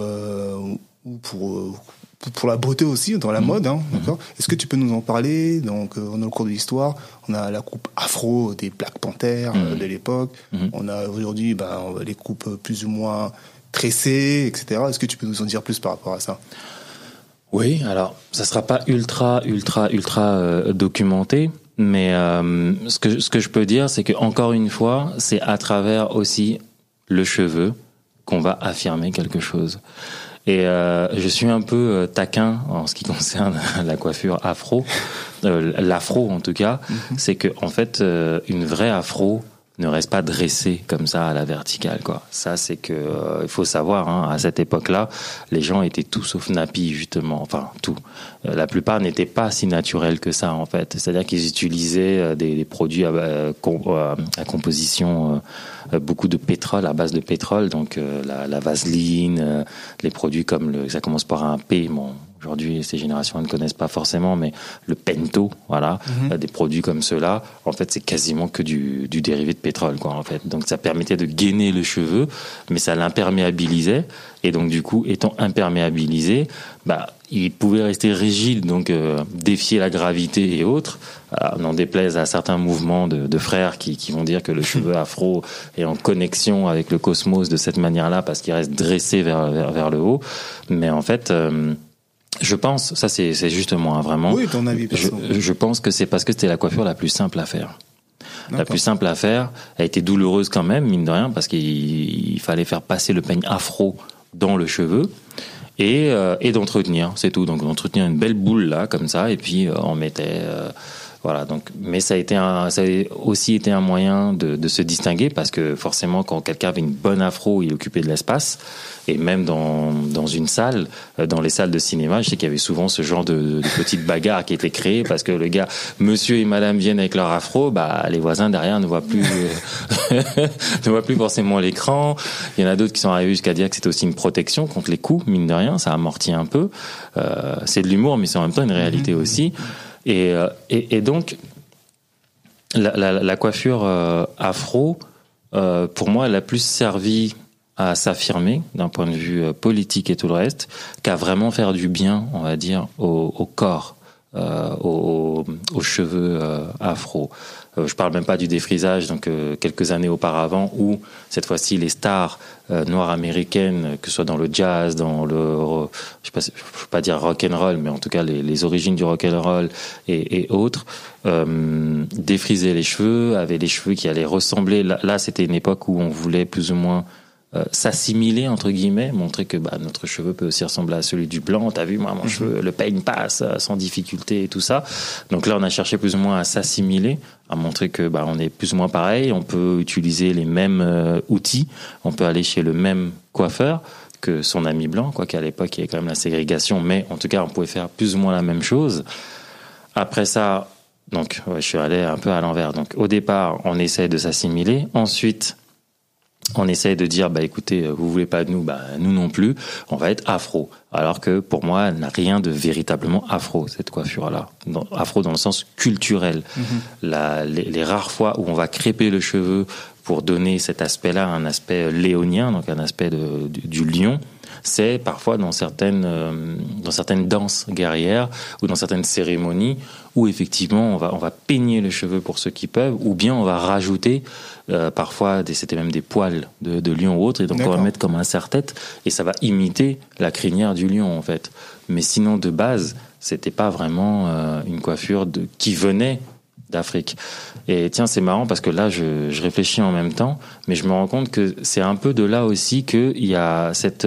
pour la beauté aussi, dans la mode, hein, d'accord. Est-ce que tu peux nous en parler? Donc, dans le cours de l'histoire, on a la coupe afro des Black Panthers de l'époque. On a aujourd'hui les coupes plus ou moins tressées, etc. Est-ce que tu peux nous en dire plus par rapport à ça? Oui, alors ça sera pas ultra documenté, mais ce que je peux dire, c'est que encore une fois, c'est à travers aussi le cheveu qu'on va affirmer quelque chose. Et je suis un peu taquin en ce qui concerne la coiffure afro, l'afro en tout cas. C'est que en fait, une vraie afro ne reste pas dressée comme ça à la verticale, quoi. Ça, c'est que il faut savoir, hein, à cette époque-là, les gens étaient tout sauf nappis, justement. Enfin, tout. La plupart n'étaient pas si naturels que ça, en fait. C'est-à-dire qu'ils utilisaient des produits à composition beaucoup de pétrole, à base de pétrole, donc la vaseline, les produits comme ça commence par un P. Bon, aujourd'hui, ces générations ne connaissent pas forcément, mais le Pento, voilà, des produits comme ceux-là, en fait, c'est quasiment que du dérivé de pétrole, quoi, en fait. Donc, ça permettait de gainer le cheveu, mais ça l'imperméabilisait. Et donc, du coup, étant imperméabilisé, il pouvait rester rigide, donc défier la gravité et autres. N'en déplaise à certains mouvements de frères qui vont dire que le cheveu afro est en connexion avec le cosmos de cette manière-là, parce qu'il reste dressé vers le haut. Mais en fait... je pense, ça c'est justement vraiment. Oui, ton avis personnel. Je pense que c'est parce que c'était la coiffure la plus simple à faire. D'accord. La plus simple à faire, elle a été douloureuse quand même, mine de rien, parce qu'il fallait faire passer le peigne afro dans le cheveu et d'entretenir, c'est tout. Donc d'entretenir une belle boule là, comme ça, et puis on mettait. Voilà, donc, mais ça a aussi été un moyen de se distinguer, parce que forcément, quand quelqu'un avait une bonne afro, il occupait de l'espace. Et même dans une salle, dans les salles de cinéma, je sais qu'il y avait souvent ce genre de petites bagarres qui étaient créées, parce que le gars, monsieur et madame viennent avec leur afro, les voisins derrière ne voient plus, ne voient plus forcément l'écran. Il y en a d'autres qui sont arrivés jusqu'à dire que c'était aussi une protection contre les coups, mine de rien, ça amortit un peu. C'est de l'humour, mais c'est en même temps une réalité aussi. Et donc, la coiffure afro, pour moi, elle a plus servi à s'affirmer d'un point de vue politique et tout le reste, qu'à vraiment faire du bien, on va dire, au corps, aux cheveux afro. Je parle même pas du défrisage, donc quelques années auparavant, où cette fois-ci les stars noires américaines, que ce soit dans le jazz, dans le, je peux pas dire rock and roll, mais en tout cas les origines du rock and roll et autres, défrisaient les cheveux, avaient les cheveux qui allaient ressembler. Là, c'était une époque où on voulait plus ou moins s'assimiler, entre guillemets, montrer que notre cheveu peut aussi ressembler à celui du blanc. T'as vu, moi, mon cheveu, le peigne passe sans difficulté et tout ça. Donc là, on a cherché plus ou moins à s'assimiler, à montrer que on est plus ou moins pareil. On peut utiliser les mêmes outils. On peut aller chez le même coiffeur que son ami blanc, quoi qu'à l'époque, il y avait quand même la ségrégation. Mais en tout cas, on pouvait faire plus ou moins la même chose. Après ça, donc, je suis allé un peu à l'envers. Donc, au départ, on essaie de s'assimiler. Ensuite, on essaye de dire, écoutez, vous voulez pas de nous, nous non plus, on va être afro. Alors que pour moi, elle n'a rien de véritablement afro, cette coiffure-là. Afro dans le sens culturel. Les rares fois où on va crêper le cheveu pour donner cet aspect-là, un aspect léonien, donc un aspect du lion, c'est parfois dans certaines danses guerrières ou dans certaines cérémonies où effectivement on va peigner le cheveu pour ceux qui peuvent, ou bien on va rajouter parfois c'était même des poils de lion ou autre, et donc on va mettre comme un serre-tête et ça va imiter la crinière du lion en fait. Mais sinon de base c'était pas vraiment une coiffure qui venait d'Afrique. Et tiens, c'est marrant parce que là, je réfléchis en même temps, mais je me rends compte que c'est un peu de là aussi qu'il y a cette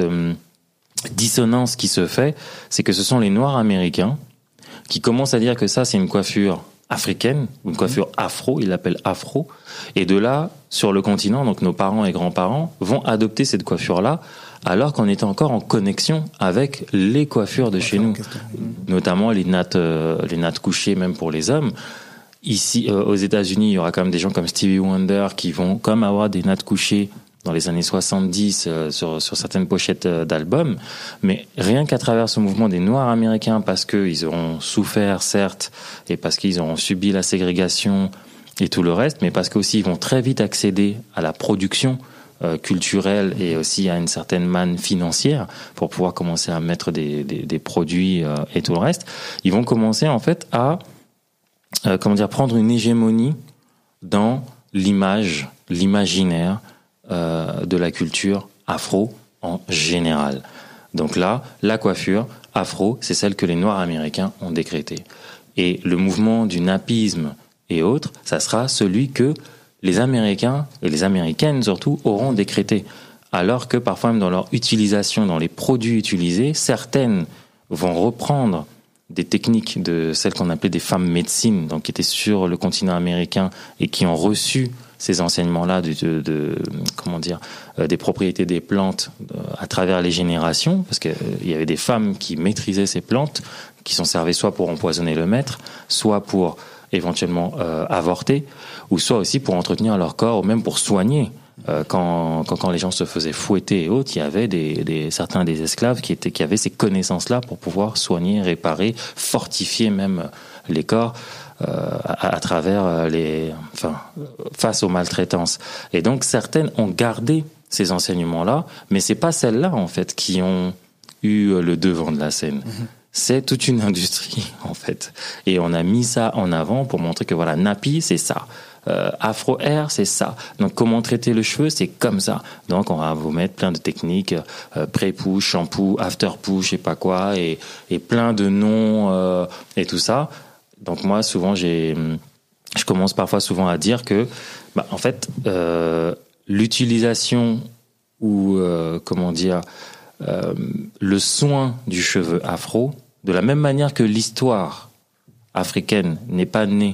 dissonance qui se fait, c'est que ce sont les Noirs américains qui commencent à dire que ça, c'est une coiffure africaine, une coiffure afro, ils l'appellent afro, et de là, sur le continent, donc nos parents et grands-parents vont adopter cette coiffure-là, alors qu'on était encore en connexion avec les coiffures de chez nous, notamment les nattes couchées, même pour les hommes. Ici, aux États-Unis, il y aura quand même des gens comme Stevie Wonder qui vont comme avoir des nattes couchées dans les années 70 sur certaines pochettes d'albums. Mais rien qu'à travers ce mouvement des Noirs américains, parce qu'ils auront souffert, certes, et parce qu'ils auront subi la ségrégation et tout le reste, mais parce qu'aussi ils vont très vite accéder à la production culturelle et aussi à une certaine manne financière pour pouvoir commencer à mettre des produits et tout le reste. Ils vont commencer en fait à prendre une hégémonie dans l'imaginaire de la culture afro en général. Donc là, la coiffure afro, c'est celle que les Noirs américains ont décrétée. Et le mouvement du nappisme et autres, ça sera celui que les Américains, et les Américaines surtout, auront décrété. alors que parfois même dans leur utilisation, dans les produits utilisés, certaines vont reprendre des techniques de celles qu'on appelait des femmes médecines, donc qui étaient sur le continent américain et qui ont reçu ces enseignements-là des propriétés des plantes à travers les générations, parce qu'il y avait des femmes qui maîtrisaient ces plantes, qui s'en servaient soit pour empoisonner le maître, soit pour éventuellement avorter, ou soit aussi pour entretenir leur corps, ou même pour soigner. Quand les gens se faisaient fouetter et autres, il y avait certains des esclaves qui avaient ces connaissances-là pour pouvoir soigner, réparer, fortifier même les corps à travers face aux maltraitances. Et donc certaines ont gardé ces enseignements-là, mais c'est pas celles-là en fait qui ont eu le devant de la scène. C'est toute une industrie en fait, et on a mis ça en avant pour montrer que voilà, nappy c'est ça. Afro Hair, c'est ça. Donc, comment traiter le cheveu, c'est comme ça. Donc, on va vous mettre plein de techniques, pré-push, shampoo, after-push, je sais pas quoi, et plein de noms et tout ça. Donc, moi, souvent, je commence parfois souvent à dire que, en fait, l'utilisation ou le soin du cheveu afro, de la même manière que l'histoire africaine n'est pas née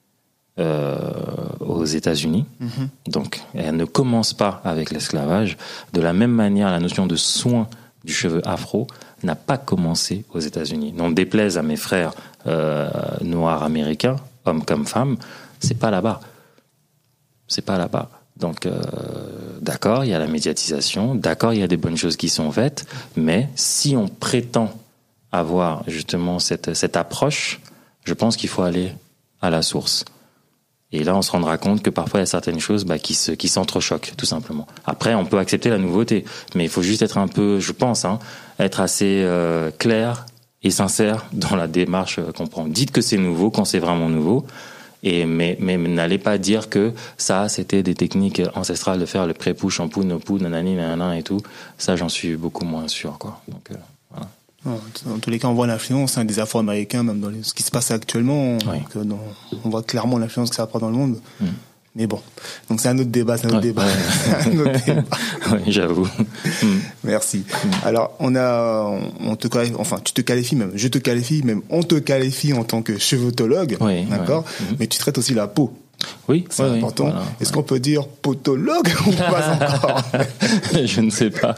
aux États-Unis. Donc, elle ne commence pas avec l'esclavage. De la même manière, la notion de soin du cheveu afro n'a pas commencé aux États-Unis. Non déplaise à mes frères noirs américains, hommes comme femmes, c'est pas là-bas. C'est pas là-bas. Donc, d'accord, il y a la médiatisation, d'accord, il y a des bonnes choses qui sont faites, mais si on prétend avoir justement cette approche, je pense qu'il faut aller à la source. Et là, on se rendra compte que parfois, il y a certaines choses qui s'entrechoquent, tout simplement. Après, on peut accepter la nouveauté, mais il faut juste être un peu, je pense, être assez clair et sincère dans la démarche qu'on prend. Dites que c'est nouveau quand c'est vraiment nouveau, mais n'allez pas dire que ça, c'était des techniques ancestrales de faire le pré-push, shampoo, no-poo, nanani, nanana et tout. Ça, j'en suis beaucoup moins sûr, quoi. Donc, voilà. Dans tous les cas, on voit l'influence des Afro-Américains, même dans ce qui se passe actuellement. Oui. On voit clairement l'influence que ça apporte dans le monde. Mais bon, donc c'est un autre débat, Ouais. Oui, j'avoue. Merci. Alors, tu te qualifies même, je te qualifie même, on te qualifie en tant que cheveux-tologue, d'accord. Mais tu traites aussi la peau. Oui, c'est important. Voilà. Est-ce qu'on peut dire potologue ou pas encore? Je ne sais pas.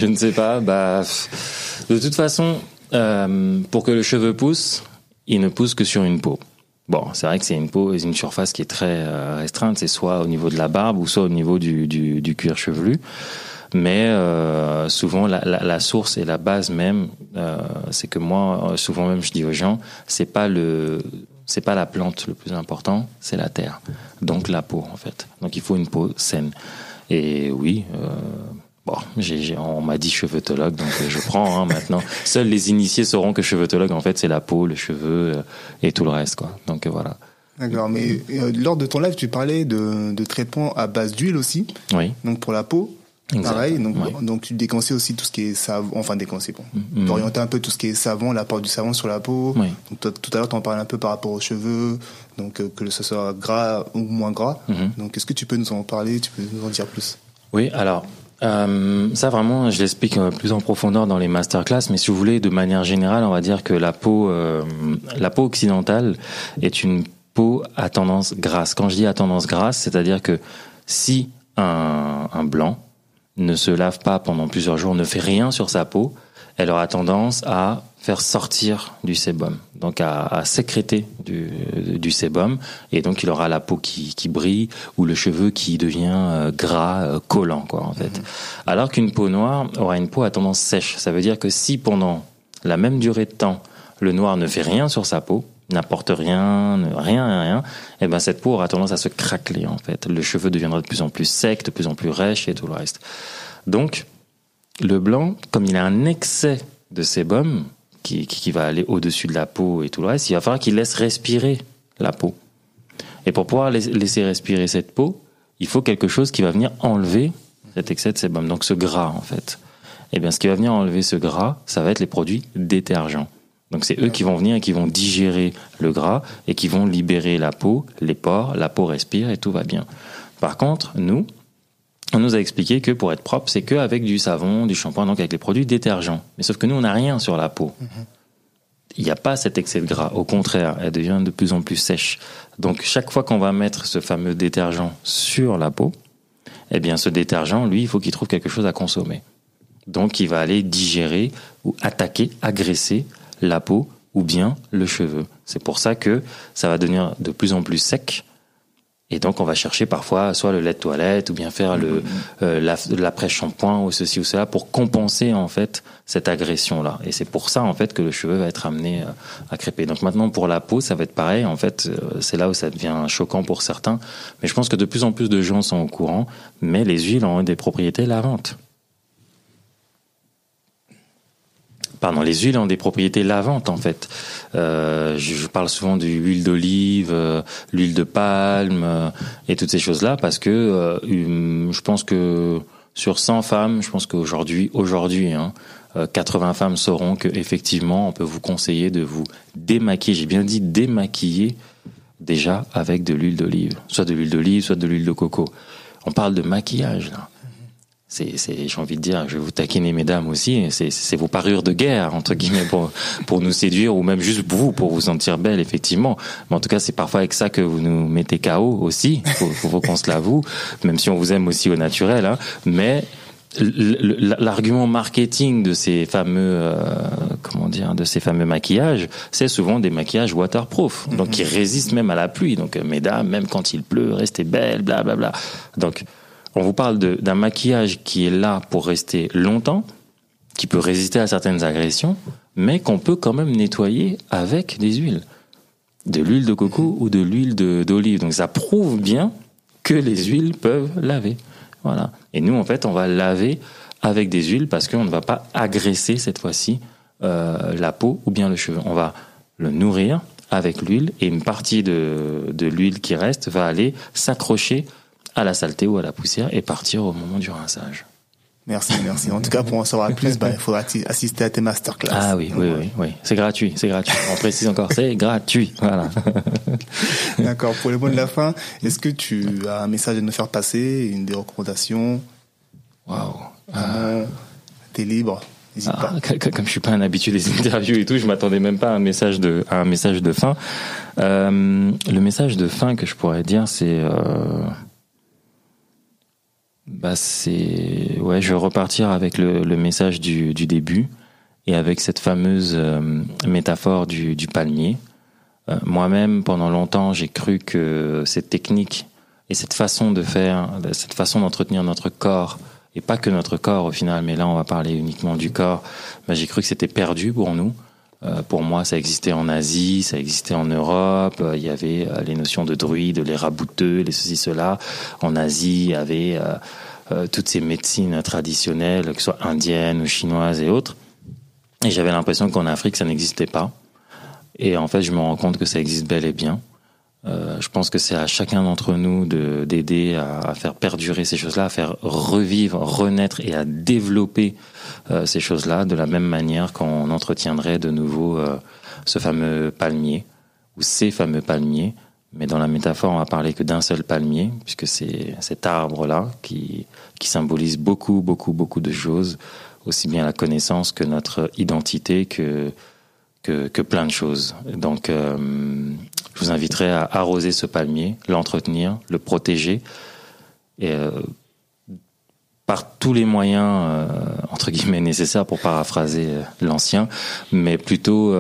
De toute façon, pour que le cheveu pousse, il ne pousse que sur une peau. Bon, c'est vrai que c'est une surface qui est très restreinte, c'est soit au niveau de la barbe ou soit au niveau du cuir chevelu. Mais souvent la source et la base même, c'est que moi, souvent même je dis aux gens, c'est pas la plante le plus important, c'est la terre. Donc la peau en fait. Donc il faut une peau saine. Et oui. On m'a dit cheveux-tologue, donc je prends maintenant. Seuls les initiés sauront que cheveux-tologue, en fait, c'est la peau, le cheveu et tout le reste, quoi. Donc voilà. D'accord, mais lors de ton live, tu parlais de traitements à base d'huile aussi. Oui. Donc pour la peau, exact. Pareil. Donc tu déconseilles aussi tout ce qui est savon, enfin déconseilles, bon. T'orienter un peu tout ce qui est savon, l'apport du savon sur la peau. Oui. Donc tout à l'heure, t'en parlais un peu par rapport aux cheveux, donc que ce soit gras ou moins gras. Donc est-ce que tu peux nous en parler, tu peux nous en dire plus? Oui, alors. Ça vraiment, je l'explique plus en profondeur dans les masterclass, mais si vous voulez, de manière générale, on va dire que la peau occidentale est une peau à tendance grasse. Quand je dis à tendance grasse, c'est-à-dire que si un blanc ne se lave pas pendant plusieurs jours, ne fait rien sur sa peau, elle aura tendance à faire sortir du sébum, donc à sécréter du sébum, et donc il aura la peau qui brille ou le cheveu qui devient gras, collant, quoi, en fait. Alors qu'une peau noire aura une peau à tendance sèche. Ça veut dire que si pendant la même durée de temps, le noir ne fait rien sur sa peau, n'apporte rien, et ben cette peau aura tendance à se craqueler, en fait. Le cheveu deviendra de plus en plus sec, de plus en plus rêche et tout le reste. Donc, le blanc, comme il a un excès de sébum qui va aller au-dessus de la peau et tout le reste, il va falloir qu'il laisse respirer la peau. Et pour pouvoir laisser respirer cette peau, il faut quelque chose qui va venir enlever cet excès de sébum, donc ce gras en fait. Et bien ce qui va venir enlever ce gras, ça va être les produits détergents. Donc c'est eux qui vont venir et qui vont digérer le gras et qui vont libérer la peau, les pores, la peau respire et tout va bien. Par contre, nous, on nous a expliqué que pour être propre, c'est qu'avec du savon, du shampoing, donc avec les produits détergents. Mais sauf que nous, on n'a rien sur la peau. Il n'y a pas cet excès de gras. Au contraire, elle devient de plus en plus sèche. Donc, chaque fois qu'on va mettre ce fameux détergent sur la peau, eh bien, ce détergent, lui, il faut qu'il trouve quelque chose à consommer. Donc, il va aller digérer ou attaquer, agresser la peau ou bien le cheveu. C'est pour ça que ça va devenir de plus en plus sec. Et donc, on va chercher parfois soit le lait de toilette ou bien faire l'après-shampoing ou ceci ou cela pour compenser, en fait, cette agression-là. Et c'est pour ça, en fait, que le cheveu va être amené à crêper. Donc maintenant, pour la peau, ça va être pareil. En fait, c'est là où ça devient choquant pour certains. Mais je pense que de plus en plus de gens sont au courant. Mais les huiles ont des propriétés lavantes. Pardon, les huiles ont des propriétés lavantes, en fait. Je parle souvent de l'huile d'olive, l'huile de palme et toutes ces choses-là parce que je pense que sur 100 femmes, je pense qu'aujourd'hui, 80 femmes sauront que effectivement, on peut vous conseiller de vous démaquiller. J'ai bien dit démaquiller déjà avec de l'huile d'olive, soit de l'huile d'olive, soit de l'huile de coco. On parle de maquillage là. J'ai envie de dire, je vais vous taquiner mesdames aussi, c'est vos parures de guerre, entre guillemets, pour nous séduire, ou même juste pour vous sentir belle, effectivement. Mais en tout cas, c'est parfois avec ça que vous nous mettez KO aussi, faut qu'on se l'avoue, même si on vous aime aussi au naturel, hein. Mais l'argument marketing de ces fameux, de ces fameux maquillages, c'est souvent des maquillages waterproof, donc qui résistent même à la pluie. Donc, mesdames, même quand il pleut, restez belles, blablabla. Donc, on vous parle d'un maquillage qui est là pour rester longtemps, qui peut résister à certaines agressions, mais qu'on peut quand même nettoyer avec des huiles. De l'huile de coco ou de l'huile d'olive. Donc ça prouve bien que les huiles peuvent laver. Voilà. Et nous, en fait, on va laver avec des huiles parce qu'on ne va pas agresser cette fois-ci la peau ou bien le cheveu. On va le nourrir avec l'huile et une partie de l'huile qui reste va aller s'accrocher à la saleté ou à la poussière et partir au moment du rinçage. Merci. En tout cas, pour en savoir plus, il faudra assister à tes masterclass. Ah oui. C'est gratuit. On précise encore, c'est gratuit. Voilà. D'accord. Pour le mot de la fin, est-ce que tu as un message à nous faire passer, des recommandations? Waouh. T'es libre. N'hésite pas. Comme je suis pas un habitué des interviews et tout, je m'attendais même pas à un message de fin. Le message de fin que je pourrais dire, c'est je vais repartir avec le message du début et avec cette fameuse métaphore du palmier. Moi-même, pendant longtemps, j'ai cru que cette technique et cette façon de faire, cette façon d'entretenir notre corps, et pas que notre corps au final, mais là on va parler uniquement du corps, j'ai cru que c'était perdu pour nous. Pour moi, ça existait en Asie, ça existait en Europe. Il y avait les notions de druides, les rabouteux, les ceci, cela. En Asie, il y avait toutes ces médecines traditionnelles, que ce soit indiennes ou chinoises et autres. Et j'avais l'impression qu'en Afrique, ça n'existait pas. Et en fait, je me rends compte que ça existe bel et bien. Je pense que c'est à chacun d'entre nous d'aider à faire perdurer ces choses-là, à faire revivre, renaître et à développer ces choses-là de la même manière qu'on entretiendrait de nouveau ce fameux palmier ou ces fameux palmiers. Mais dans la métaphore, on va parler que d'un seul palmier, puisque c'est cet arbre-là qui symbolise beaucoup de choses, aussi bien la connaissance que notre identité, que plein de choses. Donc, je vous inviterai à arroser ce palmier, l'entretenir, le protéger, et par tous les moyens, entre guillemets, nécessaires pour paraphraser l'ancien, mais plutôt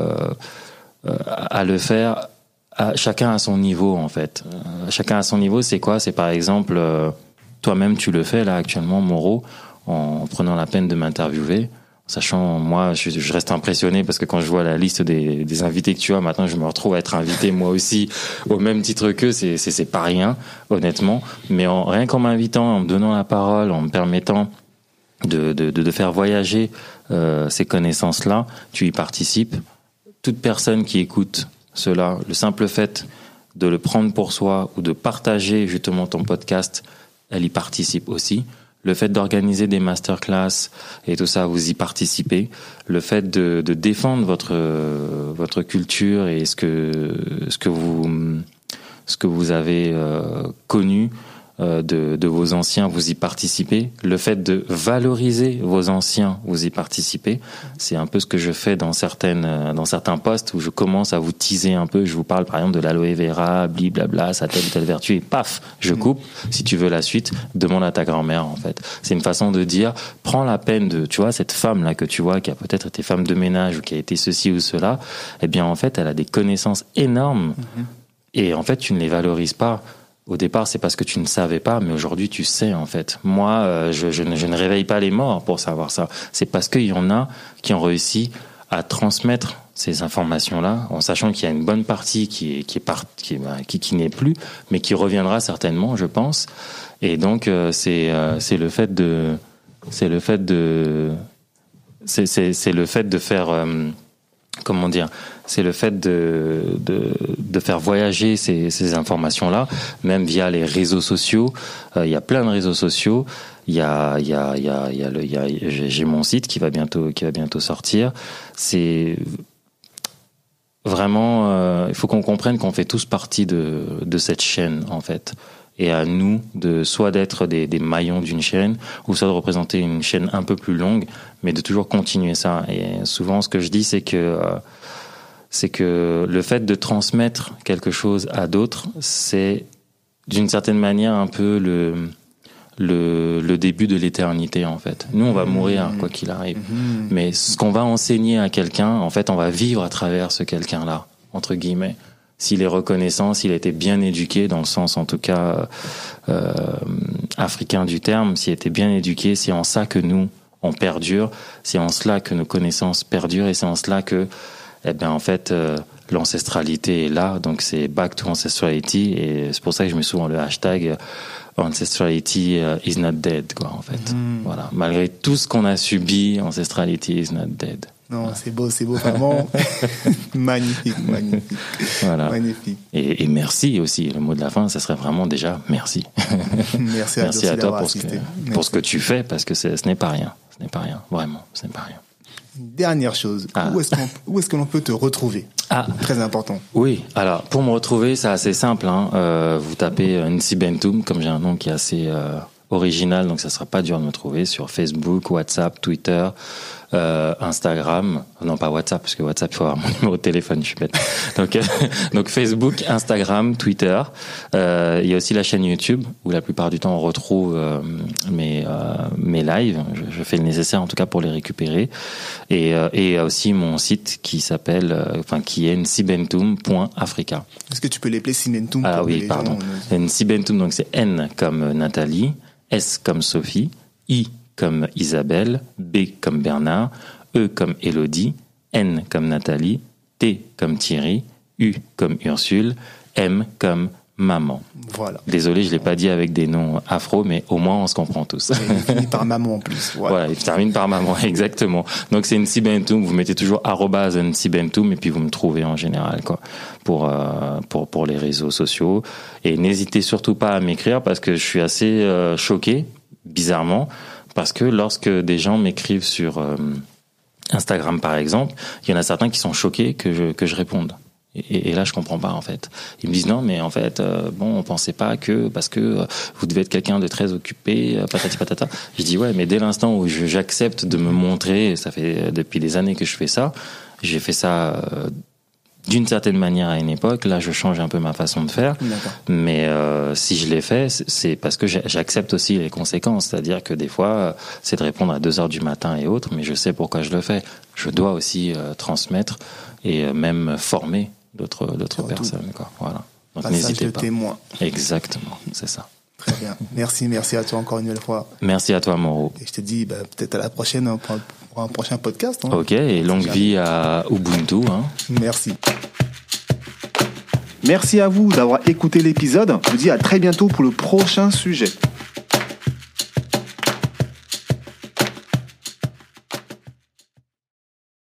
à le faire chacun à son niveau, en fait. Chacun à son niveau, c'est quoi? C'est par exemple, toi-même tu le fais là actuellement, Moreau, en prenant la peine de m'interviewer. Sachant, moi, je reste impressionné parce que quand je vois la liste des invités que tu as, maintenant, je me retrouve à être invité moi aussi au même titre qu'eux. C'est pas rien, honnêtement. Mais rien qu'en m'invitant, en me donnant la parole, en me permettant de faire voyager ces connaissances-là, tu y participes. Toute personne qui écoute cela, le simple fait de le prendre pour soi ou de partager justement ton podcast, elle y participe aussi. Le fait d'organiser des masterclass et tout ça, vous y participez. Le fait de défendre votre culture et ce que vous avez connu, de vos anciens, vous y participez. Le fait de valoriser vos anciens, vous y participez. C'est un peu ce que je fais dans certains posts où je commence à vous teaser un peu. Je vous parle par exemple de l'aloe vera, blablabla, ça a telle ou telle vertu, et paf, je coupe. Si tu veux la suite, demande à ta grand-mère en fait. C'est une façon de dire, prends la peine de, tu vois, cette femme là que tu vois qui a peut-être été femme de ménage ou qui a été ceci ou cela, eh bien en fait elle a des connaissances énormes et en fait tu ne les valorises pas. Au départ, c'est parce que tu ne savais pas, mais aujourd'hui, tu sais, en fait. Moi, je ne réveille pas les morts pour savoir ça. C'est parce qu'il y en a qui ont réussi à transmettre ces informations-là, en sachant qu'il y a une bonne partie qui n'est plus, mais qui reviendra certainement, je pense. Et donc, c'est le fait de faire, comment dire, c'est le fait de faire voyager ces informations-là, même via les réseaux sociaux. Il y a plein de réseaux sociaux. J'ai mon site qui va bientôt sortir. C'est vraiment, il faut qu'on comprenne qu'on fait tous partie de cette chaîne, en fait. Et à nous soit d'être des maillons d'une chaîne, ou soit de représenter une chaîne un peu plus longue, mais de toujours continuer ça. Et souvent, ce que je dis, c'est que le fait de transmettre quelque chose à d'autres, c'est d'une certaine manière un peu le début de l'éternité, en fait. Nous, on va mourir, quoi qu'il arrive. Mais ce qu'on va enseigner à quelqu'un, en fait, on va vivre à travers ce quelqu'un-là, entre guillemets. S'il est reconnaissant, s'il a été bien éduqué, dans le sens, en tout cas, africain du terme, s'il a été bien éduqué, c'est en ça que nous, on perdure, c'est en cela que nos connaissances perdurent, et c'est en cela que en fait, l'ancestralité est là, donc c'est back to ancestrality, et c'est pour ça que je mets souvent le hashtag ancestrality is not dead, quoi, en fait. Voilà. Malgré tout ce qu'on a subi, ancestrality is not dead. Non, voilà. C'est beau, vraiment. Magnifique. Voilà. Magnifique. Et merci aussi. Le mot de la fin, ça serait vraiment déjà merci. Merci à toi pour ce que tu fais, parce que ce n'est pas rien. Ce n'est pas rien. Vraiment, ce n'est pas rien. Dernière chose, où est-ce que l'on peut te retrouver? Très important. Oui, alors pour me retrouver, c'est assez simple. Vous tapez Nsi Bentoum, comme j'ai un nom qui est assez original, donc ça sera pas dur de me trouver sur Facebook, WhatsApp, Twitter, Instagram. Non, pas WhatsApp, parce que WhatsApp, il faut avoir mon numéro de téléphone, je suis bête. Donc Facebook, Instagram, Twitter. Il y a aussi la chaîne YouTube, où la plupart du temps on retrouve mes lives. Je fais le nécessaire, en tout cas, pour les récupérer. Et il y a aussi mon site qui est nsibentoum.africa. Est-ce que tu peux l'épeler Nsibentoum? Ah oui, pardon. Nsibentoum, donc c'est N comme Nathalie, S comme Sophie, I comme Isabelle, B comme Bernard, E comme Élodie, N comme Nathalie, T comme Thierry, U comme Ursule, M comme maman. Voilà. Désolé, je l'ai pas dit avec des noms afro, mais au moins on se comprend tous. Il finit par maman en plus. Voilà, il termine par maman, exactement. Donc c'est Nsi Bentoum, vous mettez toujours @Nsi Bentoum et puis vous me trouvez en général, quoi, pour les réseaux sociaux. Et n'hésitez surtout pas à m'écrire, parce que je suis assez choqué, bizarrement, parce que lorsque des gens m'écrivent sur Instagram par exemple, il y en a certains qui sont choqués que je réponde. Et là, je comprends pas, en fait. Ils me disent non, mais en fait, on pensait pas que, parce que vous devez être quelqu'un de très occupé, patati patata. Je dis ouais, mais dès l'instant où j'accepte de me montrer, ça fait depuis des années que je fais ça, j'ai fait ça d'une certaine manière à une époque. Là, je change un peu ma façon de faire. D'accord. Mais si je l'ai fait, c'est parce que j'accepte aussi les conséquences. C'est-à-dire que des fois, c'est de répondre à 2h du matin et autres, mais je sais pourquoi je le fais. Je dois aussi transmettre et même former d'autres personnes, quoi. Voilà. Donc n'hésitez pas. Témoin. Exactement, c'est ça. Très bien. Merci à toi encore une nouvelle fois. Merci à toi, Moreau. Et je te dis peut-être à la prochaine pour un prochain podcast. Ok, et longue vie à Ubuntu. Merci. Merci à vous d'avoir écouté l'épisode. Je vous dis à très bientôt pour le prochain sujet.